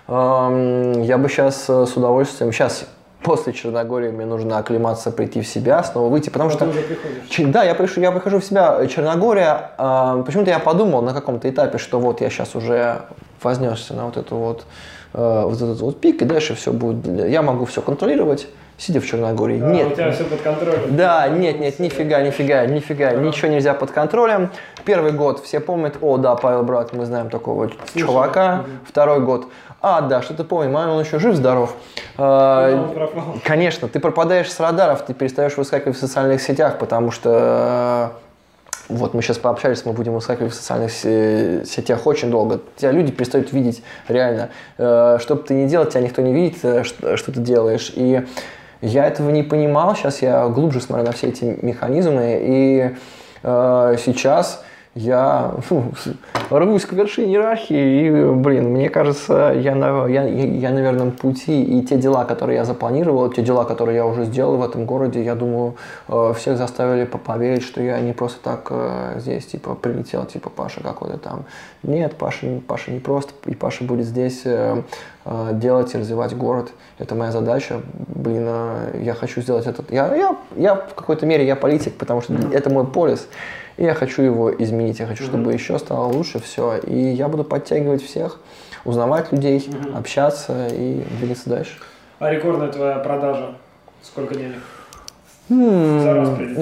э, я бы сейчас с удовольствием... Сейчас после Черногории мне нужно оклематься, прийти в себя, снова выйти, потому а что... Ты уже приходишь. Да, я, прихожу, я прихожу в себя. Черногория, э, почему-то я подумал на каком-то этапе, что вот я сейчас уже вознесся на вот, эту вот, э, вот этот вот пик, и дальше все будет... Я могу все контролировать, сидя в Черногории. Да, нет. У тебя все под контролем. Да, нет, нет, нифига, нифига, нифига, ага. ничего нельзя под контролем. Первый год все помнят, о, да, Павел Брат, мы знаем такого Слушай, чувака. Угу. Второй год, а, да, что ты помнишь, он еще жив-здоров. А, конечно, ты пропадаешь с радаров, ты перестаешь выскакивать в социальных сетях, потому что... Вот мы сейчас пообщались, мы будем выскакивать в социальных сетях очень долго. Тебя люди перестают видеть реально. Что бы ты ни делал, тебя никто не видит, что, что ты делаешь. И я этого не понимал. Сейчас я глубже смотрю на все эти механизмы. И э, сейчас я фу, рвусь к вершине иерархии. И, блин, мне кажется, я на, я, я на верном пути. И те дела, которые я запланировал, те дела, которые я уже сделал в этом городе, я думаю, всех заставили поверить, что я не просто так здесь, типа, прилетел, типа, Паша какой-то там. Нет, Паша, Паша не просто. И Паша будет здесь делать и развивать город. Это моя задача. Блин, я хочу сделать это. Я, я, я в какой-то мере я политик, потому что mm-hmm. это мой полис. И я хочу его изменить. Я хочу, чтобы mm-hmm. еще стало лучше все. И я буду подтягивать всех, узнавать людей, mm-hmm. общаться и двигаться дальше. А рекордная твоя продажа? Сколько денег? Mm-hmm. За раз прилетел?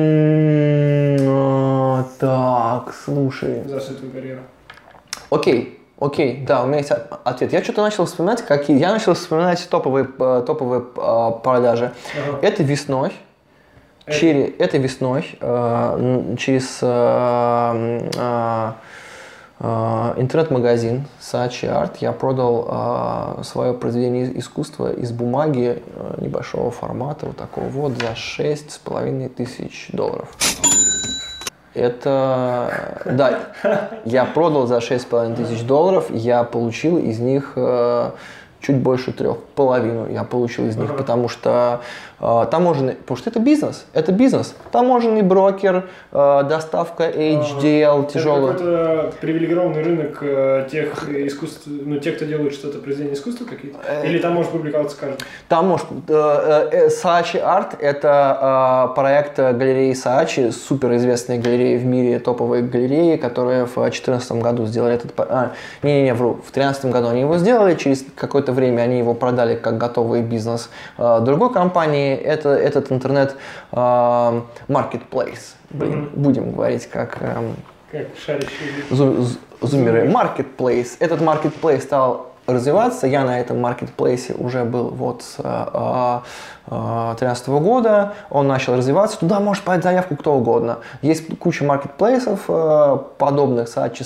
Mm-hmm. Так, слушай. За всю твою карьеру. Окей. Окей, да, у меня есть ответ. Я что-то начал вспоминать, какие. Я начал вспоминать топовые, топовые продажи. Ага. Это весной. Это, через, это весной. Через интернет-магазин Saatchi Art я продал свое произведение искусства из бумаги небольшого формата, вот такого вот, за шесть с половиной тысяч долларов. Это, да, я продал за шесть с половиной тысяч долларов, я получил из них э, чуть больше трех, половину я получил из них, потому что э, таможенный, потому что это бизнес, это бизнес, таможенный брокер, э, доставка эйч ди эл, тяжелый. Это какой-то привилегированный рынок э, тех искусств, ну, тех, кто делает что-то, произведения искусства какие-то? Или там может публиковаться каждый? Там может, э, э, Saatchi Art это э, проект галереи Saatchi, суперизвестные галереи в мире, топовые галереи, которые в две тысячи четырнадцатом году сделали этот, а, не-не-не, вру, в две тысячи тринадцатом году они его сделали, через какое-то время они его продали как готовый бизнес э, другой компании. Это этот интернет э, marketplace. Блин, mm-hmm. будем говорить как, э, как шарящие зу- зумеры. Marketplace. Этот marketplace стал развиваться. Я на этом маркетплейсе уже был вот с две тысячи тринадцатого года. Он начал развиваться. Туда может подать заявку кто угодно. Есть куча маркетплейсов подобных,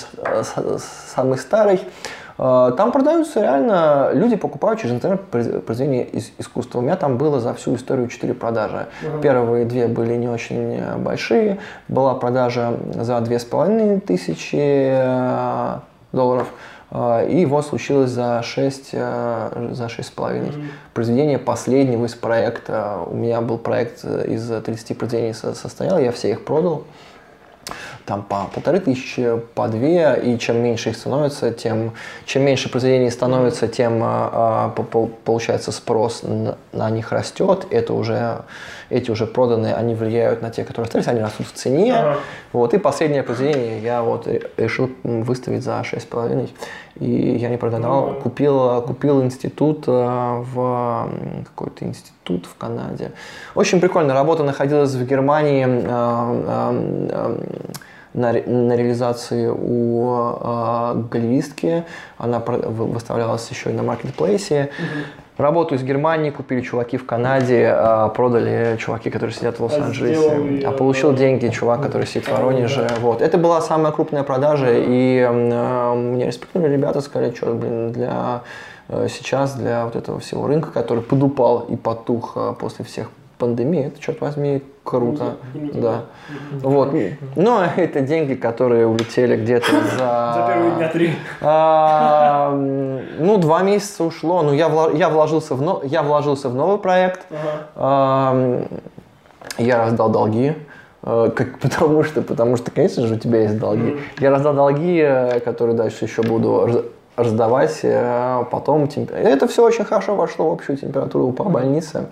самых старых. Там продаются реально, люди покупают через интернет произведения из искусства. У меня там было за всю историю четыре продажи. Uh-huh. Первые две были не очень большие. Была продажа за две с половиной тысячи долларов. И вот случилось за шесть, за шесть с половиной. Mm-hmm. Произведение последнего из проекта. У меня был проект из тридцати произведений состоял, я все их продал. Там по полторы тысячи, по две, и чем меньше их становится, тем чем меньше произведений становится, тем а, по, получается спрос на, на них растет. Это уже, эти уже проданные, они влияют на те, которые остались, они растут в цене. Ага. Вот, и последнее произведение я вот решил выставить за шесть с половиной, и я не продал, ага. купил, купил институт в какой-то институт в Канаде. Очень прикольно. Работа находилась в Германии. А, а, На, на реализации у э, галеристки, она выставлялась еще и на маркетплейсе. Mm-hmm. Работу из Германии купили чуваки в Канаде, э, продали чуваки, которые сидят в Лос-Анджелесе. А, а получил деньги чувак, который сидит в Воронеже. Вот. Это была самая крупная продажа, mm-hmm. и э, мне респективные ребята сказали, что, блин, для э, сейчас, для вот этого всего рынка, который подупал и потух э, после всех пандемии, это, черт возьми, круто. Mm-hmm. Да. Mm-hmm. Вот. Но это деньги, которые улетели где-то за... За первые дня три. А, ну, два месяца ушло. Ну, я, вла... я, вложился в но... я вложился в новый проект. Uh-huh. А, я раздал долги. Как, потому, что, потому что, конечно же, у тебя есть долги. Mm-hmm. Я раздал долги, которые дальше еще буду раздавать. Потом темп... Это все очень хорошо вошло в общую температуру по больнице.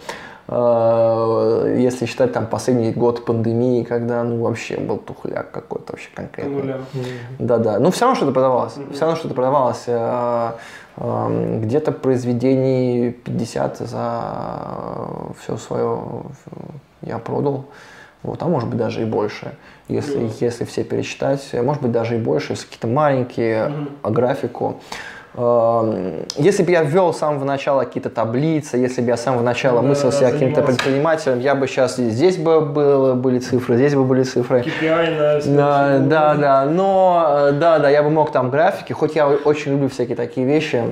Если считать там последний год пандемии, когда ну вообще был тухляк какой-то вообще конкретный. Mm-hmm. Да-да. Ну все равно что-то продавалось. Mm-hmm. Все равно что-то продавалось. Где-то произведений пятьдесят за все свое я продал. Вот, а может быть даже и больше, если, mm-hmm. если все пересчитать. Может быть даже и больше, если какие-то маленькие, mm-hmm. графику. Если бы я ввел с самого начала какие-то таблицы, если бы я с самого начала да, мыслил себя каким-то предпринимателем, я бы сейчас здесь бы было, были цифры, здесь бы были цифры. кей пи ай на да, да, да, но да, да, я бы мог там графики, хоть я очень люблю всякие такие вещи,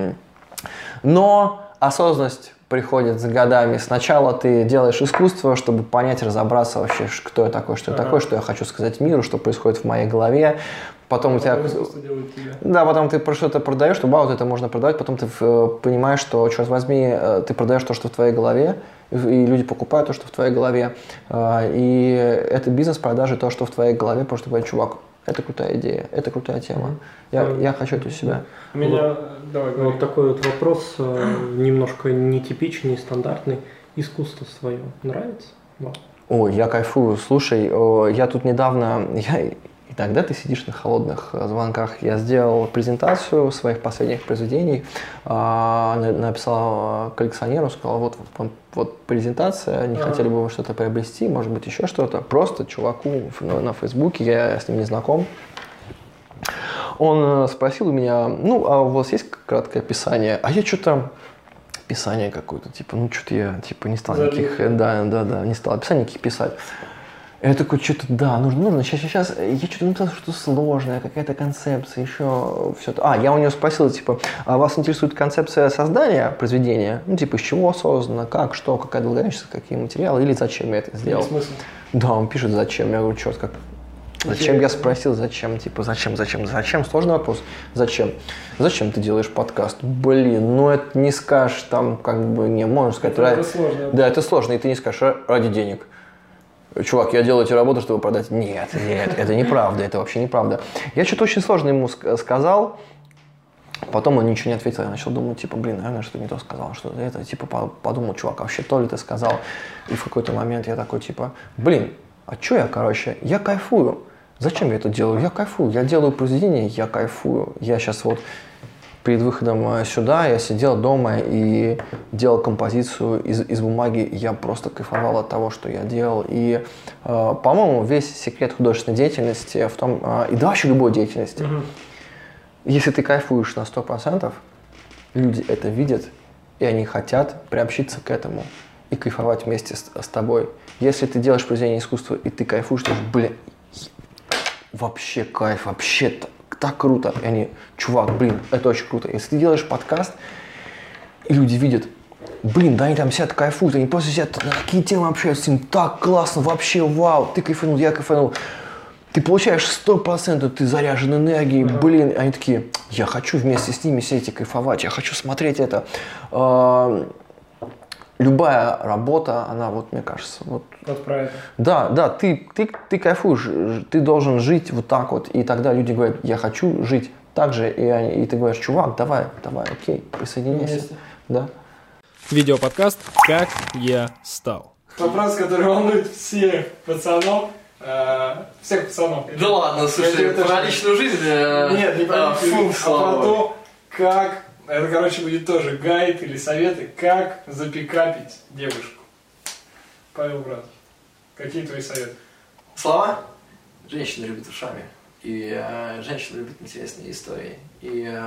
но осознанность приходит с годами. Сначала ты делаешь искусство, чтобы понять, разобраться вообще, кто я такой, что я ага. такой, что я хочу сказать миру, что происходит в моей голове. Потом у тебя... Да, потом ты что-то продаешь, что вау, вот это можно продавать, потом ты понимаешь, что, черт возьми, ты продаешь то, что в твоей голове, и люди покупают то, что в твоей голове. И это бизнес-продажи, то, что в твоей голове, потому что говорят, чувак, это крутая идея, это крутая тема. Я, я хочу это у себя. У меня... Вот, Давай, вот такой вот вопрос, немножко нетипичный, нестандартный. Искусство свое нравится вам? Ой, я кайфую. Слушай, я тут недавно... Я, Иногда ты сидишь на холодных звонках. Я сделал презентацию своих последних произведений, написал коллекционеру, сказал, вот, вот, вот презентация, не хотели бы вы что-то приобрести, может быть еще что-то. Просто чуваку на Фейсбуке, я с ним не знаком. Он спросил у меня, ну, а у вас есть краткое описание? А я что-то... Описание какое-то, типа, ну, что-то я, типа, не стал никаких... Да, да, да, не стал описание никаких писать. Я такой, что-то, да, нужно, нужно, сейчас, сейчас, я что-то написал, что-то сложное, какая-то концепция, еще все это. А, я у него спросил, типа, а вас интересует концепция создания произведения? Ну, типа, из чего создано, как, что, какая долговечность, какие материалы, или зачем я это сделал? Смысл? Да, он пишет, зачем, я говорю, черт, как, зачем, я спросил, зачем, типа, зачем, зачем, зачем, сложный вопрос, зачем? Зачем ты делаешь подкаст? Блин, ну это не скажешь, там, как бы, не, можно сказать, это, ради... это сложно. Да, это сложно, и ты не скажешь ради денег. Чувак, я делаю эти работы, чтобы продать. Нет, нет, это неправда, это вообще неправда. Я что-то очень сложно ему сказал, потом он ничего не ответил, я начал думать, типа, блин, наверное, что-то не то сказал, что-то это, типа, подумал, чувак, а вообще то ли ты сказал? И в какой-то момент я такой, типа, блин, а что я, короче, я кайфую. Зачем я это делаю? Я кайфую, я делаю произведение, я кайфую. Я сейчас вот перед выходом сюда я сидел дома и делал композицию из, из бумаги. Я просто кайфовал от того, что я делал. И, э, по-моему, весь секрет художественной деятельности в том, э, и да вообще любой деятельности, mm-hmm. если ты кайфуешь на сто процентов, люди это видят, и они хотят приобщиться к этому и кайфовать вместе с, с тобой. Если ты делаешь произведение искусства, и ты кайфуешь, ты думаешь, блин, вообще кайф, вообще так, так круто. И они, чувак, блин, это очень круто. Если ты делаешь подкаст, и люди видят, блин, да они там сидят, кайфуют, они просто сидят, на какие темы общаются, им так классно, вообще вау, ты кайфанул, я кайфанул. Ты получаешь сто процентов, ты заряжен энергией, uh-huh. блин, они такие, я хочу вместе с ними сидеть и кайфовать, я хочу смотреть это. Любая работа, она вот, мне кажется, вот... Вот про это. Да, да, ты, ты, ты кайфуешь, ты должен жить вот так вот, и тогда люди говорят, я хочу жить так же, и, они, и ты говоришь, чувак, давай, давай, окей, присоединяйся. Вместе. Да. Видеоподкаст «Как я стал». Вопрос, который волнует всех пацанов, э, всех пацанов. Да ладно, слушай, про личную жизнь... Э, Нет, не про а, личную жизнь, фу, а про то, как... Это, короче, будет тоже гайд или советы, как запикапить девушку. Павел, брат, какие твои советы? Слова? Женщины любят ушами. И э, женщины любят интересные истории. И э,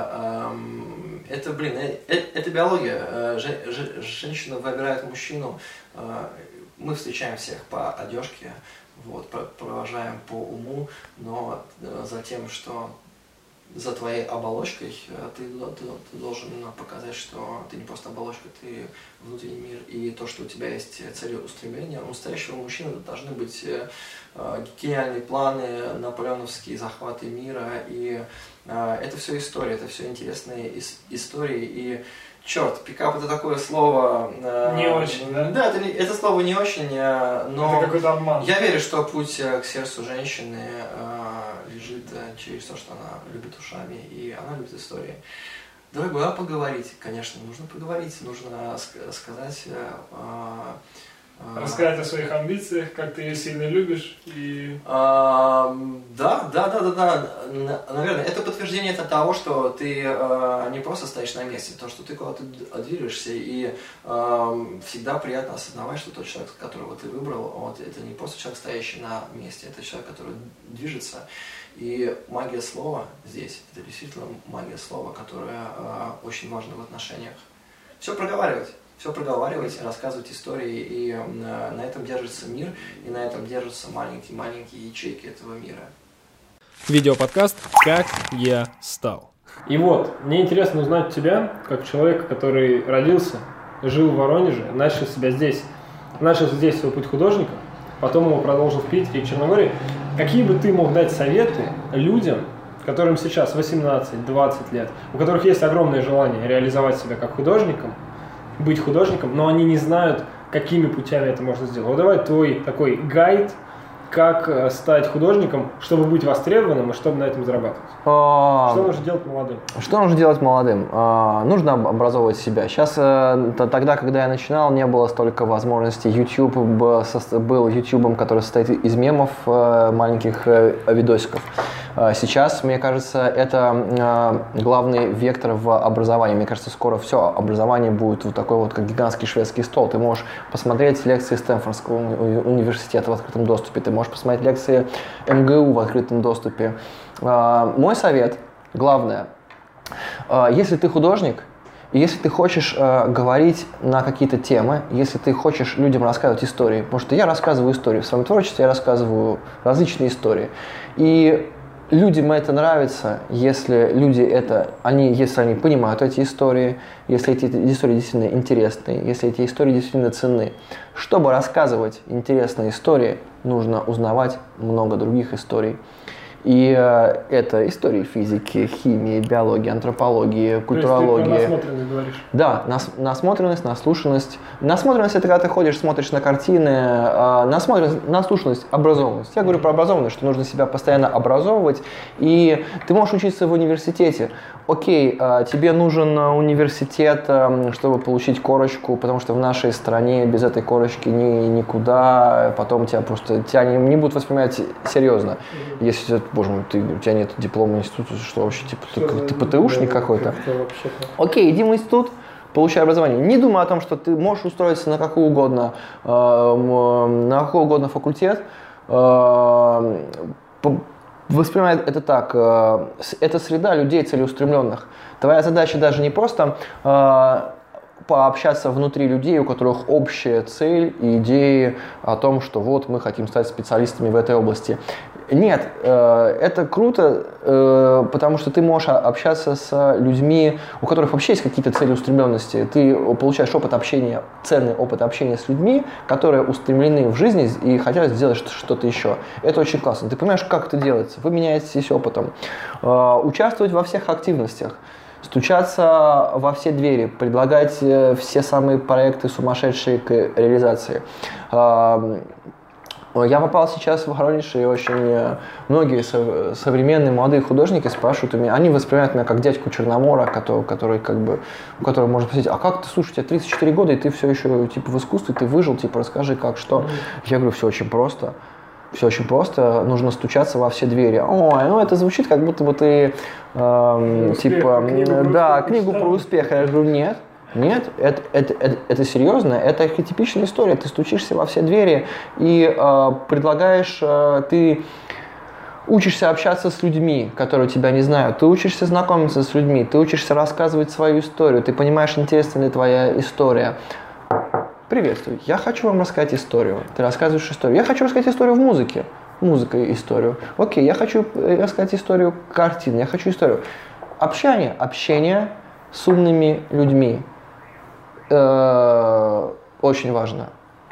э, это, блин, э, э, это биология. Э, же, же, женщина выбирает мужчину. Э, мы встречаем всех по одежке, вот, провожаем по уму, но э, за тем, что за твоей оболочкой ты, ты, ты должен показать, что ты не просто оболочка, ты внутренний мир, и то, что у тебя есть целеустремление. У настоящего мужчины должны быть э, гениальные планы, наполеоновские захваты мира, и э, это все история, это все интересные ис- истории, и черт, пикап это такое слово... Э, не очень, да? Да, это, это слово не очень, э, но... Это какой-то обман. Я верю, что путь к сердцу женщины э, лежит через то, что она любит ушами, и она любит истории. Дорогой, а поговорить? Конечно, нужно поговорить, нужно сказать... Э, Рассказать о своих амбициях, как ты ее сильно любишь и... А, да, да, да, да, да. Наверное, это подтверждение того, что ты а, не просто стоишь на месте, то, что ты куда-то двигаешься, и а, всегда приятно осознавать, что тот человек, которого ты выбрал, вот, это не просто человек, стоящий на месте, это человек, который движется. И магия слова здесь, это действительно магия слова, которая а, очень важна в отношениях. Все проговаривать. Все проговаривать, рассказывать истории, и э, на этом держится мир, и на этом держатся маленькие-маленькие ячейки этого мира. Видеоподкаст «Как я стал». И вот, мне интересно узнать тебя, как человека, который родился, жил в Воронеже, начал себя здесь, начал здесь свой путь художника, потом его продолжил в Питере и Черногории. Какие бы ты мог дать советы людям, которым сейчас восемнадцать-двадцать лет, у которых есть огромное желание реализовать себя как художником, быть художником, но они не знают, какими путями это можно сделать. Вот давай твой такой гайд, как стать художником, чтобы быть востребованным и чтобы на этом зарабатывать. А... Что нужно делать молодым? Что нужно делать молодым? А, нужно образовывать себя. Сейчас, тогда, когда я начинал, не было столько возможностей. YouTube был YouTube, который состоит из мемов, маленьких видосиков. Сейчас, мне кажется, это главный вектор в образовании. Мне кажется, скоро все, образование будет вот такой вот, как гигантский шведский стол. Ты можешь посмотреть лекции Стэнфордского университета в открытом доступе, ты можешь посмотреть лекции эм гэ у в открытом доступе. Мой совет, главное, если ты художник, если ты хочешь говорить на какие-то темы, если ты хочешь людям рассказывать истории, потому что я рассказываю истории, в своем творчестве я рассказываю различные истории, и людям это нравится, если люди это, они, если они понимают эти истории, если эти истории действительно интересные, если эти истории действительно ценны. Чтобы рассказывать интересные истории, нужно узнавать много других историй. И э, это истории физики, химии, биологии, антропологии, культурологии. То есть ты про насмотренность говоришь? Да, нас, насмотренность, наслушанность. Насмотренность – это когда ты ходишь, смотришь на картины. Э, насмотренность, наслушанность, образованность. Я говорю про образованность, что нужно себя постоянно образовывать. И ты можешь учиться в университете. Окей, э, тебе нужен университет, э, чтобы получить корочку, потому что в нашей стране без этой корочки ни, никуда. Потом тебя просто тебя не, не будут воспринимать серьезно. Mm-hmm. Если боже мой, ты, у тебя нет диплома института, что вообще, типа, что ты, ты ПТУшник да, какой-то? Окей, иди в институт, получай образование. Не думай о том, что ты можешь устроиться на какой угодно, э, на какой угодно факультет, э, воспринимает это так. Э, это среда людей целеустремленных. Твоя задача даже не просто э, пообщаться внутри людей, у которых общая цель и идеи о том, что вот мы хотим стать специалистами в этой области. Нет, э, это круто, э, потому что ты можешь общаться с людьми, у которых вообще есть какие-то целеустремленности. Ты получаешь опыт общения, ценный опыт общения с людьми, которые устремлены в жизни и хотят сделать что-то еще. Это очень классно. Ты понимаешь, как это делается. Вы меняетесь опытом. Э, участвовать во всех активностях. Стучаться во все двери, предлагать все самые проекты сумасшедшие к реализации. Я попал сейчас в Воронеж, и очень многие современные молодые художники спрашивают у меня, они воспринимают меня как дядьку Черномора, который, который как бы, у которого можно спросить, а как ты, слушай, у тебя тридцать четыре года, и ты все еще типа в искусстве, ты выжил, типа расскажи, как, что. Mm-hmm. Я говорю, все очень просто. Все очень просто, нужно стучаться во все двери. Ой, ну это звучит, как будто бы ты, э, успех, типа, книгу да, про книгу про успех. Я говорю, нет, нет, это, это, это, это серьезно, это архетипичная история. Ты стучишься во все двери и э, предлагаешь, э, ты учишься общаться с людьми, которые тебя не знают, ты учишься знакомиться с людьми, ты учишься рассказывать свою историю, ты понимаешь, интересна ли твоя история. Приветствую, я хочу вам рассказать историю. Ты рассказываешь историю. Я хочу рассказать историю в музыке. Музыка историю. Окей, я хочу рассказать историю картин. Я хочу историю. Общение. Общение с умными людьми. Э-э- очень важно.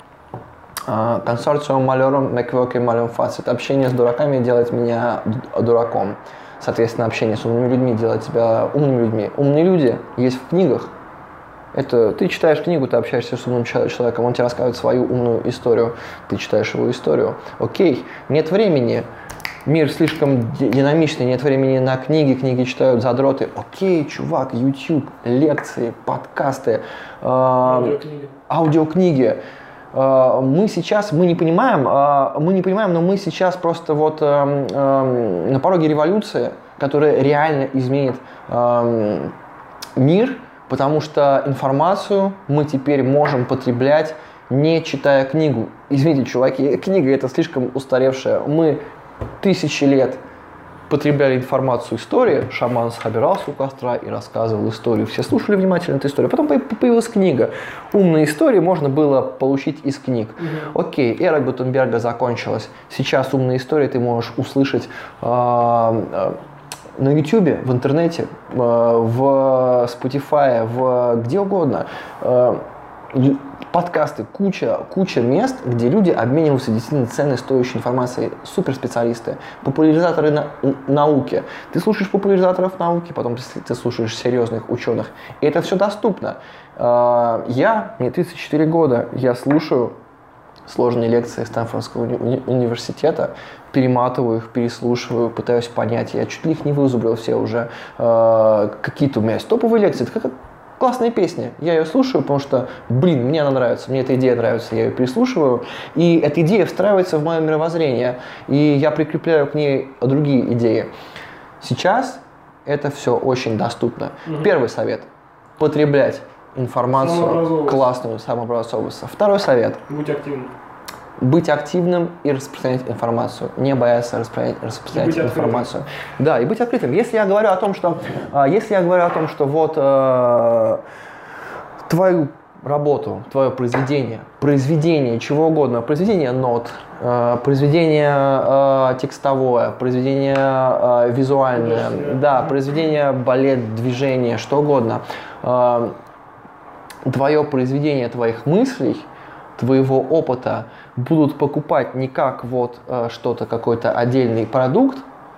Консорциум малером, меквоки малем фацит. Общение с дураками делает меня дураком. Соответственно, общение с умными людьми делает тебя умными людьми. Умные люди есть в книгах. Это ты читаешь книгу, ты общаешься с умным человеком, он тебе рассказывает свою умную историю, ты читаешь его историю. Окей, нет времени, мир слишком динамичный, нет времени на книги, книги читают задроты. Окей, чувак, YouTube, лекции, подкасты, э, аудиокниги. аудиокниги. Э, мы сейчас, мы не понимаем, э, мы не понимаем, но мы сейчас просто вот э, э, на пороге революции, которая реально изменит э, мир. Потому что информацию мы теперь можем потреблять, не читая книгу. Извините, чуваки, книга это слишком устаревшая. Мы тысячи лет потребляли информацию истории. Шаман собирался у костра и рассказывал историю. Все слушали внимательно эту историю. Потом появилась книга. Умные истории можно было получить из книг. Mm-hmm. Окей, эра Гутенберга закончилась. Сейчас умные истории ты можешь услышать э, на YouTube, в интернете, в Spotify, в где угодно. Подкасты, куча, куча мест, где люди обмениваются действительно ценной, стоящей информацией. Суперспециалисты, популяризаторы на, науки. Ты слушаешь популяризаторов науки, потом ты слушаешь серьезных ученых. И это все доступно. Я, мне тридцать четыре года, я слушаю сложные лекции Стэнфордского уни- университета, перематываю их, переслушиваю, пытаюсь понять. Я чуть ли их не вызубрил все уже. Э, какие-то у меня есть топовые лекции. Это как классная песня. Я ее слушаю, потому что, блин, мне она нравится, мне эта идея нравится, я ее переслушиваю. И эта идея встраивается в мое мировоззрение. И я прикрепляю к ней другие идеи. Сейчас это все очень доступно. Mm-hmm. Первый совет – потреблять информацию классную, самообразовываться. Второй совет. Будь активным. Быть активным и распространять информацию. Не бояться распространять, распространять информацию. Открытым. Да, и быть открытым. Если я говорю о том, что, если я говорю о том, что вот э, твою работу, твое произведение, произведение чего угодно, произведение нот, э, произведение э, текстовое, произведение э, визуальное, да, произведение балет, движение, что угодно. Э, твое произведение твоих мыслей, твоего опыта будут покупать не как вот э, что-то, какой-то отдельный продукт.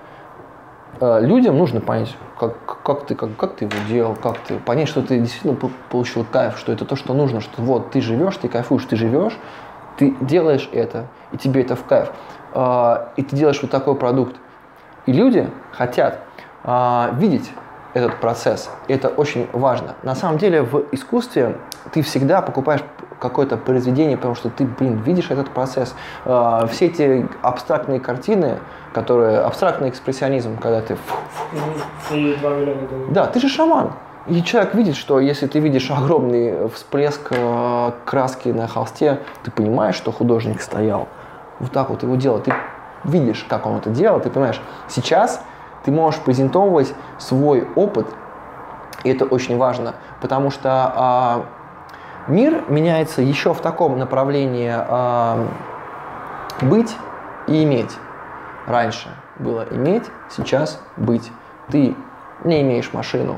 Э, людям нужно понять, как, как, ты, как, как ты его делал, как ты понять, что ты действительно получил кайф, что это то, что нужно, что вот ты живешь, ты кайфуешь, ты живешь, ты делаешь это, и тебе это в кайф. Э, и ты делаешь вот такой продукт. И люди хотят э, видеть этот процесс. Это очень важно. На самом деле в искусстве ты всегда покупаешь какое-то произведение, потому что ты, блин, видишь этот процесс. Э, все эти абстрактные картины, которые... Абстрактный экспрессионизм, когда ты... И два миллиона долларов. Да, ты же шаман. И человек видит, что если ты видишь огромный всплеск э, краски на холсте, ты понимаешь, что художник стоял. Вот так вот его делал. Ты видишь, как он это делал, ты понимаешь, сейчас ты можешь презентовать свой опыт, и это очень важно, потому что а, мир меняется еще в таком направлении а, быть и иметь. Раньше было иметь, сейчас быть. Ты не имеешь машину,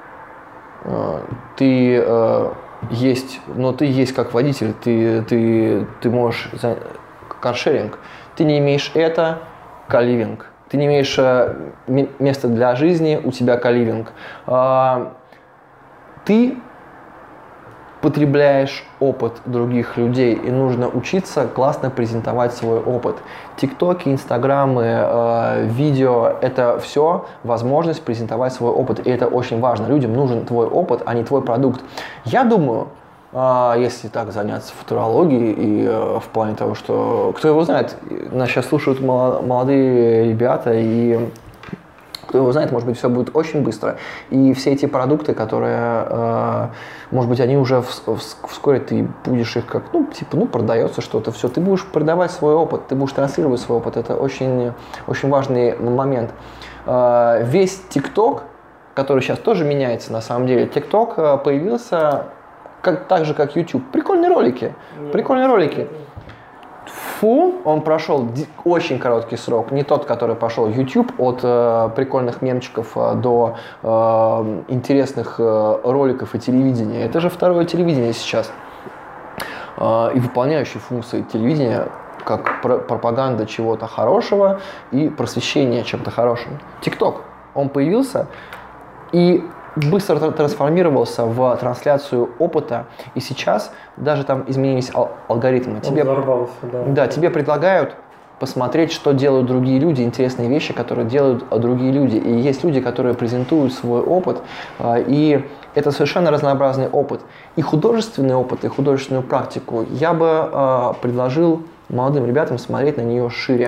ты э, есть, но ты есть как водитель, ты, ты, ты можешь каршеринг, ты не имеешь это, каливинг, ты не имеешь э, места для жизни, у тебя каливинг, э, ты потребляешь опыт других людей, и нужно учиться классно презентовать свой опыт. Тиктоки, инстаграмы, э, видео – это все возможность презентовать свой опыт, и это очень важно. Людям нужен твой опыт, а не твой продукт. Я думаю, э, если так заняться футурологией и э, в плане того, что, кто его знает, нас сейчас слушают молодые ребята, и кто его знает, может быть, все будет очень быстро. И все эти продукты, которые, э, может быть, они уже в, в, вскоре ты будешь их как, ну, типа, ну, продается что-то, все. Ты будешь продавать свой опыт, ты будешь транслировать свой опыт. Это очень, очень важный момент. Э, весь ТикТок, который сейчас тоже меняется, на самом деле, ТикТок появился как, так же, как YouTube. Прикольные ролики. Прикольные ролики. Фу, он прошел очень короткий срок, не тот, который пошел YouTube, от э, прикольных мемчиков э, до э, интересных э, роликов и телевидения. Это же второе телевидение сейчас. Э, и выполняющие функции телевидения, как пр- пропаганда чего-то хорошего и просвещение чем-то хорошим. TikTok, он появился и быстро трансформировался в трансляцию опыта, и сейчас даже там изменились ал- алгоритмы. Тебе, взорвался, да. Да, тебе предлагают посмотреть, что делают другие люди, интересные вещи, которые делают другие люди. И есть люди, которые презентуют свой опыт, и это совершенно разнообразный опыт. И художественный опыт, и художественную практику я бы предложил молодым ребятам смотреть на нее шире.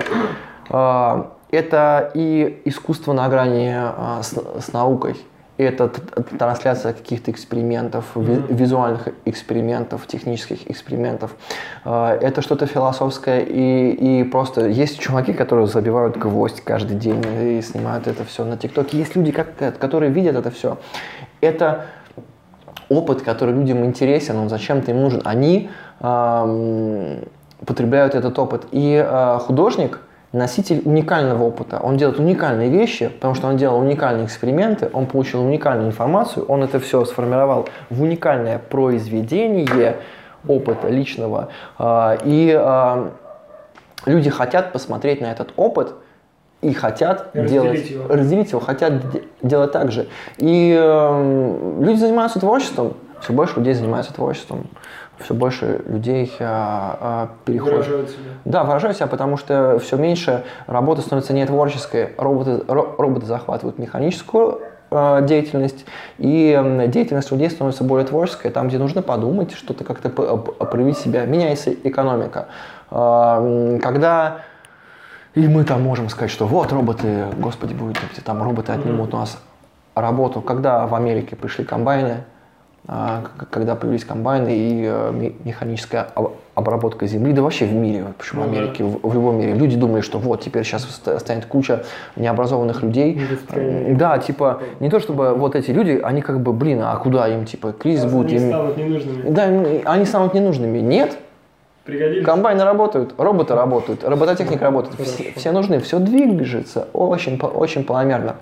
Это и искусство на грани с, с наукой. Это трансляция каких-то экспериментов, mm-hmm. визуальных экспериментов, технических экспериментов. Это что-то философское, и, и просто есть чуваки, которые забивают гвоздь каждый день и снимают это все на ТикТоке. Есть люди, которые видят это все. Это опыт, который людям интересен, он зачем-то им нужен. Они э, потребляют этот опыт. И э, художник, носитель уникального опыта. Он делает уникальные вещи, потому что он делал уникальные эксперименты, он получил уникальную информацию, он это все сформировал в уникальное произведение опыта личного. И люди хотят посмотреть на этот опыт и хотят и делать, разделить его. разделить его, хотят делать так же. И люди занимаются творчеством, все больше людей занимаются творчеством. Все больше людей а, а, переходят. Выражают себя. Да, выражают себя, потому что все меньше работа становится не творческой. Роботы, ро, роботы захватывают механическую а, деятельность, и а, деятельность людей становится более творческой, там, где нужно подумать, что-то как-то проявить себя. Меняется экономика. А, когда и мы там можем сказать, что вот роботы, господи, будет, там роботы отнимут у нас работу. Когда в Америке пришли комбайны, когда появились комбайны и механическая обработка земли, да вообще в мире, почему в Америке, в, в любом мире, люди думали, что вот теперь сейчас станет куча необразованных людей. Да, типа, не то чтобы вот эти люди, они как бы, блин, а куда им, типа, кризис будет? Они им... станут ненужными. Да, они станут ненужными. Нет. Пригодились. Комбайны работают, роботы работают, робототехника работает, все, все нужны, все движется очень, очень планомерно.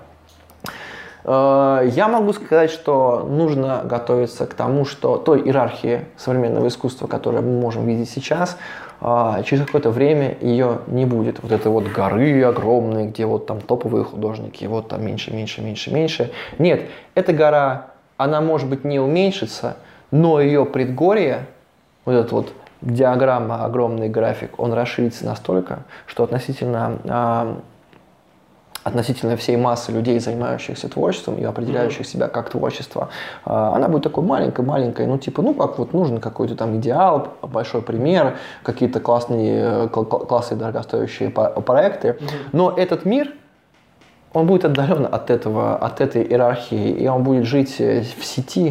Я могу сказать, что нужно готовиться к тому, что той иерархии современного искусства, которую мы можем видеть сейчас, через какое-то время ее не будет. Вот это вот горы огромные, где вот там топовые художники, вот там меньше, меньше, меньше, меньше. Нет, эта гора, она может быть не уменьшится, но ее предгорье, вот этот вот диаграмма, огромный график, он расширится настолько, что относительно... относительно всей массы людей, занимающихся творчеством и определяющих себя как творчество, она будет такой маленькой-маленькой, ну типа, ну как вот нужен какой-то там идеал, большой пример, какие-то классные, классные дорогостоящие проекты, но этот мир, он будет отдален от этого, от этой иерархии, и он будет жить в сети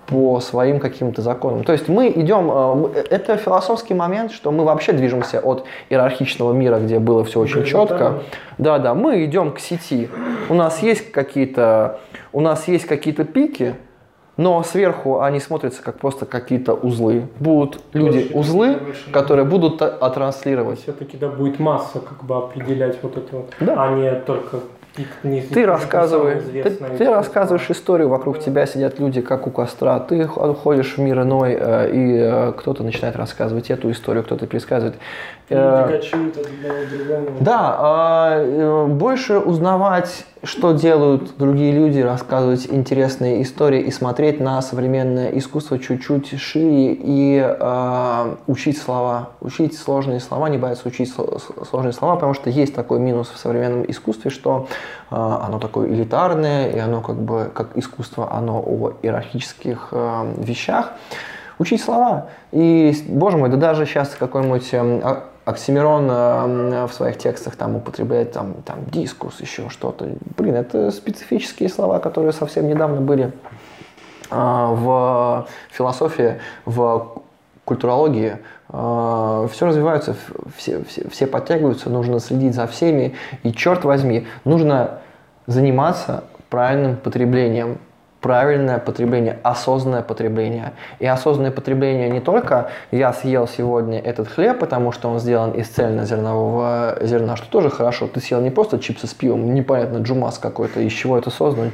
по своим каким-то законам. То есть мы идем, это философский момент, что мы вообще движемся от иерархичного мира, где было все очень четко. Да, да, мы идем к сети. У нас есть какие-то, у нас есть какие-то пики, но сверху они смотрятся как просто какие-то узлы. Будут люди узлы, которые будут оттранслировать. Все-таки да, будет масса как бы определять вот это вот, да. А не только пик. Не, ты рассказываешь, ты, ты рассказываешь историю, вокруг да. тебя сидят люди как у костра, ты ходишь в мир иной, э, и э, кто-то начинает рассказывать эту историю, кто-то пересказывает. Люди кочуют от одного к другому. Да, э, больше узнавать, что делают другие люди, рассказывать интересные истории и смотреть на современное искусство чуть-чуть шире и э, учить слова, учить сложные слова, не бояться учить сложные слова, потому что есть такой минус в современном искусстве, что э, оно такое элитарное, и оно как бы, как искусство, оно о иерархических э, вещах. Учить слова. И, боже мой, да даже сейчас какой-нибудь э, Оксимирон э, в своих текстах там употребляет там, там дискурс, еще что-то. Блин, это специфические слова, которые совсем недавно были э, в философии, в культурологии. Э, все развивается, все, все, все подтягиваются, нужно следить за всеми. И, черт возьми, нужно заниматься правильным потреблением. Правильное потребление, осознанное потребление. И осознанное потребление не только я съел сегодня этот хлеб, потому что он сделан из цельнозернового зерна, что тоже хорошо. Ты съел не просто чипсы с пивом, непонятно, джумас какой-то, из чего это создано,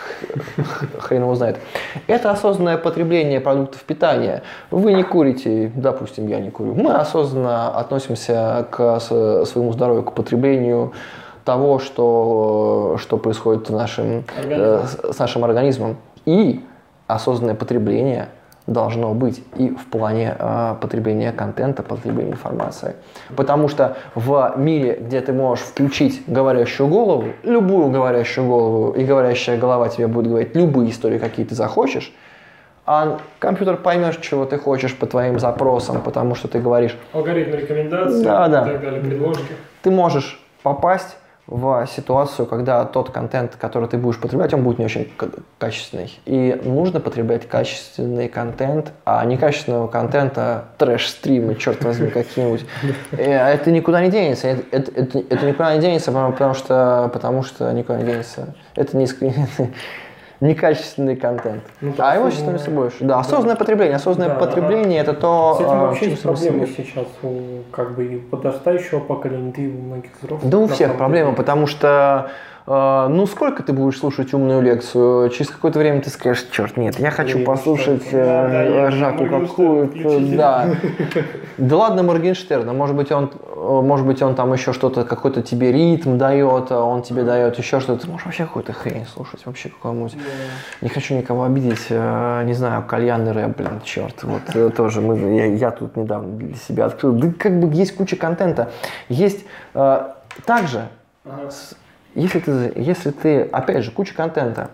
хрен его знает. Это осознанное потребление продуктов питания. Вы не курите, допустим, я не курю. Мы осознанно относимся к своему здоровью, к потреблению того, что, что происходит в нашем, э, с нашим организмом. И осознанное потребление должно быть и в плане э, потребления контента, потребления информации. Потому что в мире, где ты можешь включить говорящую голову, любую говорящую голову, и говорящая голова тебе будет говорить любые истории, какие ты захочешь, а компьютер поймет, чего ты хочешь по твоим запросам, потому что ты говоришь... Алгоритм рекомендаций да, и да. так далее, предложки. Ты можешь попасть в ситуацию, когда тот контент, который ты будешь потреблять, он будет не очень качественный. И нужно потреблять качественный контент, а некачественного контента трэш-стримы, черт возьми, какие-нибудь. Это никуда не денется. Это, это, это, это никуда не денется, потому что, потому что никуда не денется. Это не... некачественный контент. Ну, а его становится больше. Да, да. Осознанное потребление. Осознанное да, потребление да. это то... С этим вообще есть проблемы сейчас у как бы и подрастающего поколения, да и у многих взрослых. Да у всех проблемы, потому что э, ну сколько ты будешь слушать умную лекцию, через какое-то время ты скажешь, черт, нет, я хочу и послушать э, да, Жаку какую-то. Да. Да ладно Моргенштерна, может быть он, может быть он там еще что-то, какой-то тебе ритм дает, он тебе дает еще что-то, ты можешь вообще какую-то хрень слушать, вообще какую-нибудь. Да. Не хочу никого обидеть, э, не знаю, кальянный рэп, блин, черт, вот э, тоже мы, я, я тут недавно для себя открыл, да как бы есть куча контента, есть э, также, ага. с, если ты, если ты, опять же, куча контента,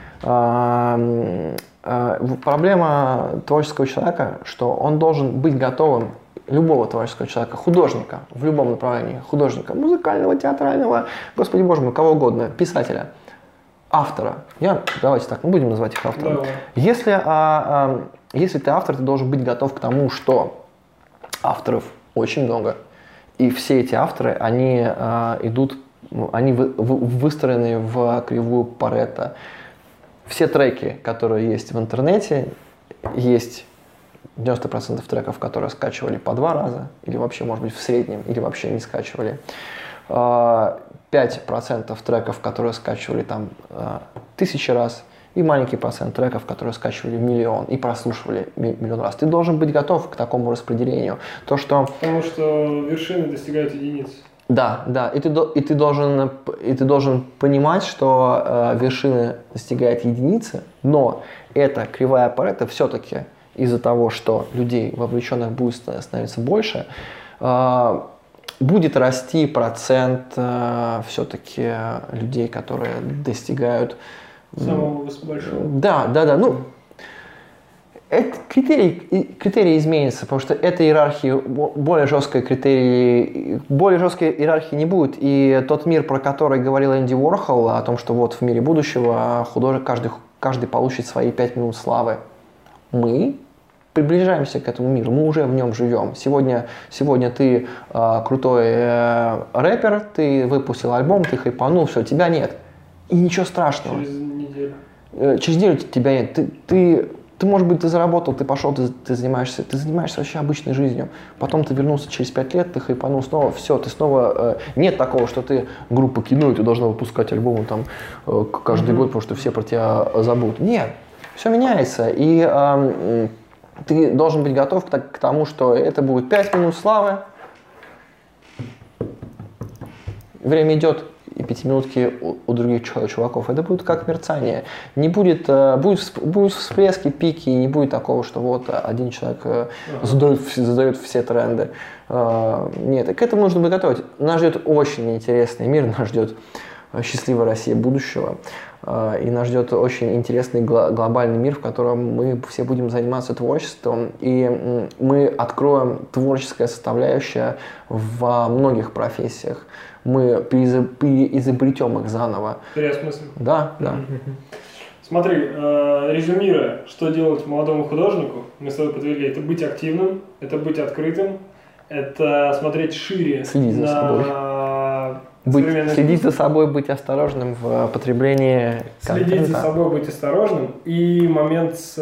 э, э, проблема творческого человека, что он должен быть готовым, любого творческого человека, художника, в любом направлении, художника, музыкального, театрального, господи боже мой, кого угодно, писателя, автора. Я, давайте так, мы будем называть их автором. Да. Если, а, а, если ты автор, ты должен быть готов к тому, что авторов очень много. И все эти авторы, они а, идут, они вы, вы, выстроены в кривую Паретто. Все треки, которые есть в интернете, есть девяносто процентов треков, которые скачивали по два раза, или вообще, может быть, в среднем, или вообще не скачивали. пять процентов треков, которые скачивали там тысячи раз, и маленький процент треков, которые скачивали миллион и прослушивали миллион раз. Ты должен быть готов к такому распределению. То, что... Потому что вершины достигают единиц. Да, да, и ты, и ты, должен, и ты должен понимать, что э, вершины достигают единицы, но эта кривая Паретто все-таки из-за того, что людей, вовлеченных, будет становиться больше, э, будет расти процент э, все-таки людей, которые достигают... Самого большого. Да, да, да. Ну, это критерий, критерий изменится, потому что эта иерархия, более жесткой критерии, более жесткой иерархии не будет. И тот мир, про который говорил Энди Уорхол, о том, что вот в мире будущего художник, каждый, каждый получит свои пять минут славы. мы приближаемся к этому миру, мы уже в нем живем. Сегодня, сегодня ты э, крутой э, рэпер, ты выпустил альбом, ты хайпанул, все, тебя нет. И ничего страшного. Через неделю. Э, через неделю тебя нет. Ты, ты, ты, может быть, ты заработал, ты пошел, ты, ты, занимаешься, ты занимаешься вообще обычной жизнью. Потом ты вернулся через пять лет, ты хайпанул снова, все, ты снова... Э, нет такого, что ты группа кино, и ты должна выпускать альбомы там э, каждый mm-hmm. год, потому что все про тебя забудут. Нет, все меняется. И... Э, ты должен быть готов к, к тому, что это будет пять минут славы, время идет, и пятиминутки у, у других чуваков. Это будет как мерцание. Не будет, будет, будут всплески, пики, и не будет такого, что вот один человек ага. задает, задает все тренды. Нет, к этому нужно быть готовы. Нас ждет очень интересный мир, нас ждет счастливая Россия будущего. И нас ждет очень интересный глобальный мир, в котором мы все будем заниматься творчеством, и мы откроем творческая составляющая во многих профессиях. Мы переизобретем их заново. Переосмыслим. Да, да. Смотри, резюмируя, что делать молодому художнику, мы с тобой подвели, это быть активным, это быть открытым, это смотреть шире Следить на... за собой. Быть, следить за собой, быть осторожным в потреблении контента. Следить за собой, быть осторожным. И момент с,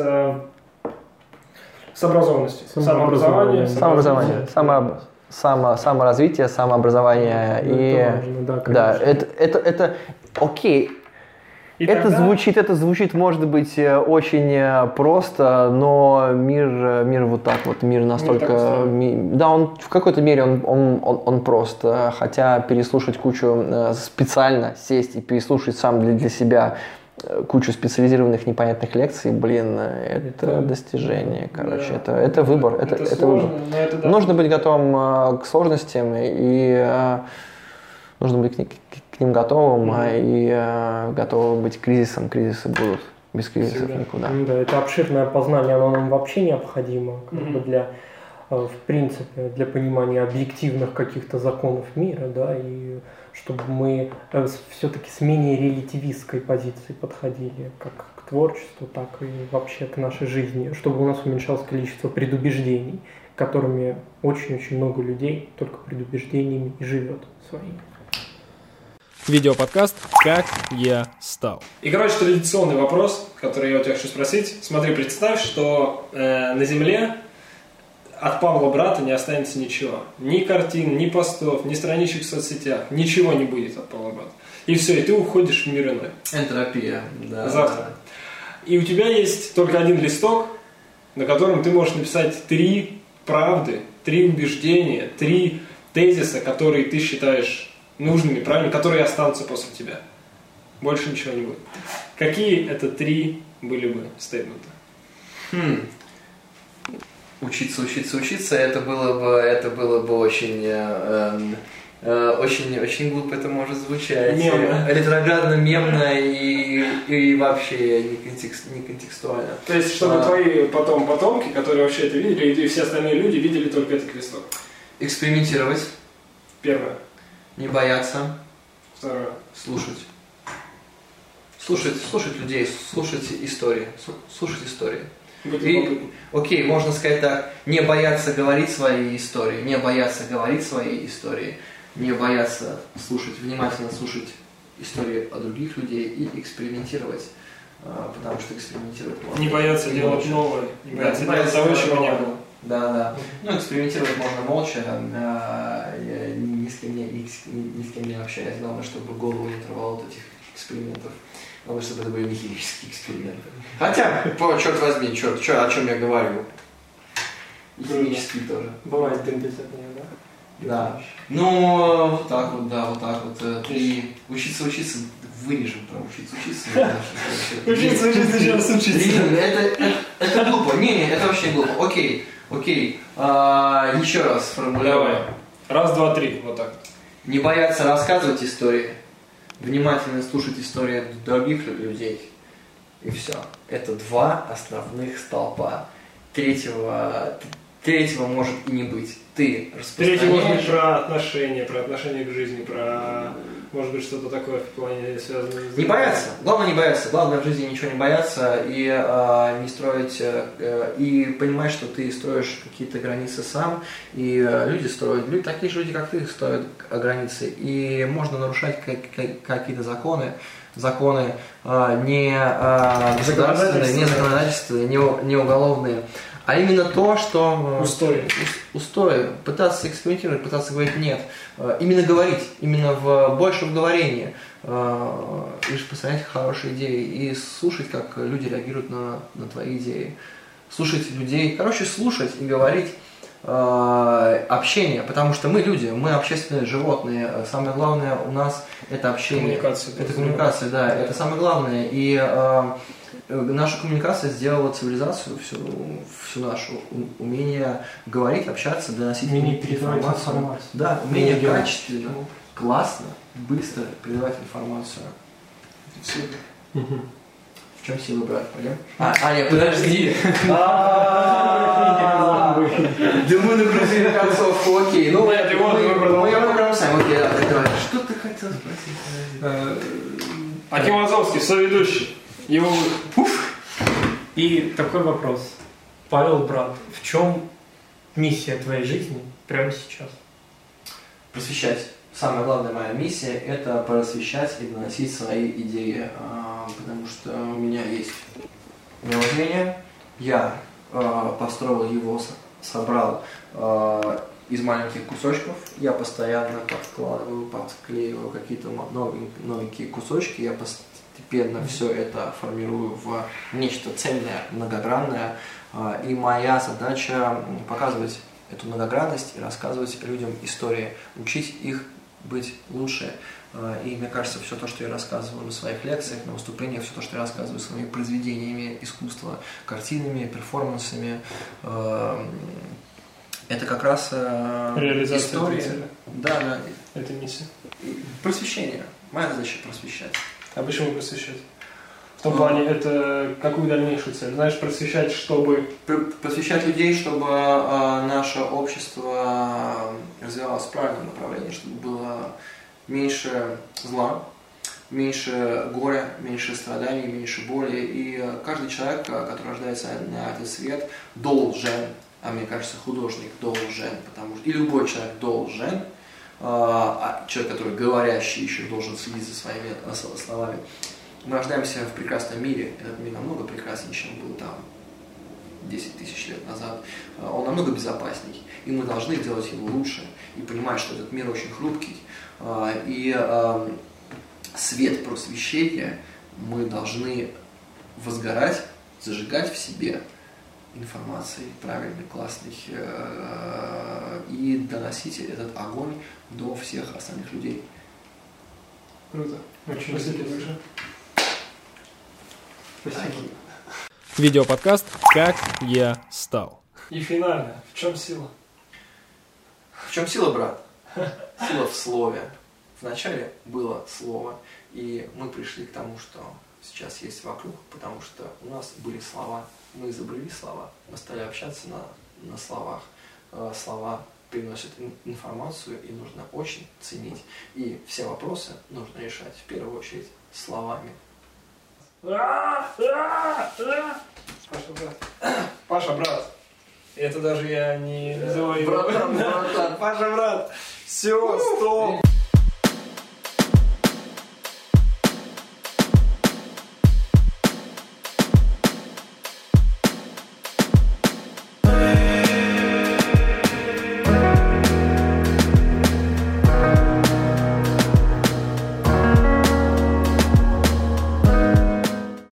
с образованностью. Самообразование. Самообразование. Само, само, саморазвитие, самообразование. Это и, важно, да, да, это, это, это окей. И это, тогда... звучит, это звучит, может быть, очень просто, но мир, мир вот так вот, мир настолько... Мир ми, да, он в какой-то мере он, он, он, он прост. Хотя переслушать кучу, специально сесть и переслушать сам для, для себя кучу специализированных непонятных лекций, блин, это да. достижение, короче, да. это, это выбор. Это, это, это сложно, выбор. но это да. Нужно быть готовым к сложностям и... Нужно быть к, к, к ним готовым, mm-hmm. а, и э, готовым быть к кризисам. Кризисы будут. Без кризисов Всегда. никуда. Да, это обширное познание, оно нам вообще необходимо как mm-hmm. бы для, в принципе, для понимания объективных каких-то законов мира, да, и чтобы мы все-таки с менее релятивистской позиции подходили как к творчеству, так и вообще к нашей жизни, чтобы у нас уменьшалось количество предубеждений, которыми очень-очень много людей только предубеждениями и живет своими. Видеоподкаст «Как я стал». И, короче, традиционный вопрос, который я у тебя хочу спросить. Смотри, представь, что э, на Земле от Павла Брата не останется ничего. Ни картин, ни постов, ни страничек в соцсетях. Ничего не будет от Павла Брата. И все, и ты уходишь в мир иной. Энтропия, да. Завтра. И у тебя есть только один листок, на котором ты можешь написать три правды, три убеждения, три тезиса, которые ты считаешь нужными, правильно, которые останутся после тебя. Больше ничего не будет. Какие это три были бы стейтменты? Хм. Учиться, учиться, учиться, это было бы, это было бы очень, э, э, очень, очень глупо это может звучать. Мемно. Ретроградно, мемно и, и вообще не, контекст, не контекстуально. То есть, чтобы а, твои потом потомки, которые вообще это видели, и все остальные люди видели только этот листок. Экспериментировать. Первое. Не бояться. Второе. Слушать. Слушать, слушать людей, слушать истории. Слушать истории. И, окей, можно сказать так, не бояться говорить свои истории, не бояться говорить свои истории, не бояться слушать, внимательно слушать истории о других людей и экспериментировать, потому что экспериментировать можно. Не бояться и делать молча. новое, не бояться да, делать того, чего не было. Да, да. Ну, экспериментировать можно молча, я ни с кем не, ни с кем не общаюсь, главное, чтобы голову не оторвало от этих экспериментов. Потому что это были не химические эксперименты. Хотя, по, черт возьми, черт, черт, о чем я говорю. И химические тоже. Бывает дым без огня, да? Да. Ну, вот так вот, да, вот так вот. И учиться, учиться, вырежем про учиться, учиться. Учиться, учиться, еще раз учиться. Это глупо. Не, не, это вообще глупо. Окей, окей. Еще раз формулирую. Давай. Раз, два, три. Вот так. Не бояться рассказывать истории. Внимательно слушать истории других людей. И все. Это два основных столпа. Третьего, третьего может и не быть. Ты распространяешь... Третьего может быть про отношения, про отношения к жизни, про Может быть, что-то такое в плане связанное с... Не бояться. Главное не бояться. Главное в жизни ничего не бояться и э, не строить, э, и понимать, что ты строишь какие-то границы сам, и э, люди строят, люди, такие же люди, как ты, строят границы. И можно нарушать как, как, какие-то законы, законы э, не э, государственные, не законодательственные, не, не уголовные. А именно то, что... Устои. Устои. Пытаться экспериментировать, пытаться говорить нет. Именно говорить, именно в большем говорении. Лишь поставлять хорошие идеи и слушать, как люди реагируют на, на твои идеи. Слушать людей. Короче, слушать и говорить общение, потому что мы люди, мы общественные животные. Самое главное у нас это общение. Коммуникация. Это коммуникация, да. да. Это самое главное. И наша коммуникация сделала цивилизацию, всю, всю нашу умение говорить, общаться, доносить умение передавать информацию. информацию. Да, умение качественно, классно, быстро передавать информацию. Угу. В чем сила, брат? Пойдем? А, Аня, подожди. Да мы нагрузили концовку, окей. Ну, мы ее выберем сами. Окей, давай. Что ты хотел спросить? Аким Азовский, соведущий. Его... И такой вопрос. Павел, брат, в чем миссия твоей жизни прямо сейчас? Просвещать. Самая главная моя миссия – это просвещать и доносить свои идеи, потому что у меня есть мировоззрение, я построил его, собрал из маленьких кусочков, я постоянно подкладываю, подклеиваю какие-то новенькие кусочки, я постоянно постепенно все это формирую в нечто цельное, многогранное. И моя задача показывать эту многогранность и рассказывать людям истории, учить их быть лучше. И мне кажется, все то, что я рассказываю на своих лекциях, на выступлениях, все то, что я рассказываю своими произведениями искусства, картинами, перформансами, это как раз реализация история. Да, да. Это миссия. Просвещение. Моя задача просвещать. А почему просвещать? В том плане, это какую дальнейшую цель? Знаешь, просвещать, чтобы... Просвещать людей, чтобы э, наше общество развивалось в правильном направлении, чтобы было меньше зла, меньше горя, меньше страданий, меньше боли. И каждый человек, который рождается на этот свет, должен, а мне кажется, художник должен, потому что и любой человек должен, а человек, который говорящий, еще должен следить за своими словами. Мы рождаемся в прекрасном мире. Этот мир намного прекраснее, чем был там десять тысяч лет назад. Он намного безопасней. И мы должны делать его лучше. И понимать, что этот мир очень хрупкий. И свет просвещения мы должны возгорать, зажигать в себе информацией правильной, классной, э, и доносить этот огонь до всех остальных людей. Круто. Очень спасибо большое. Спасибо. Видеоподкаст «Как я стал». И финально. В чем сила? В чем сила, брат? Сила в слове. Вначале было слово, и мы пришли к тому, что сейчас есть вокруг, потому что у нас были слова. Мы изобрели слова, мы стали общаться на, на словах. Э, слова приносят информацию, и нужно очень ценить. И все вопросы нужно решать в первую очередь словами. Паша, брат. Паша, брат. Это даже я не называю его. Братан, братан. Паша, брат. Все, стоп.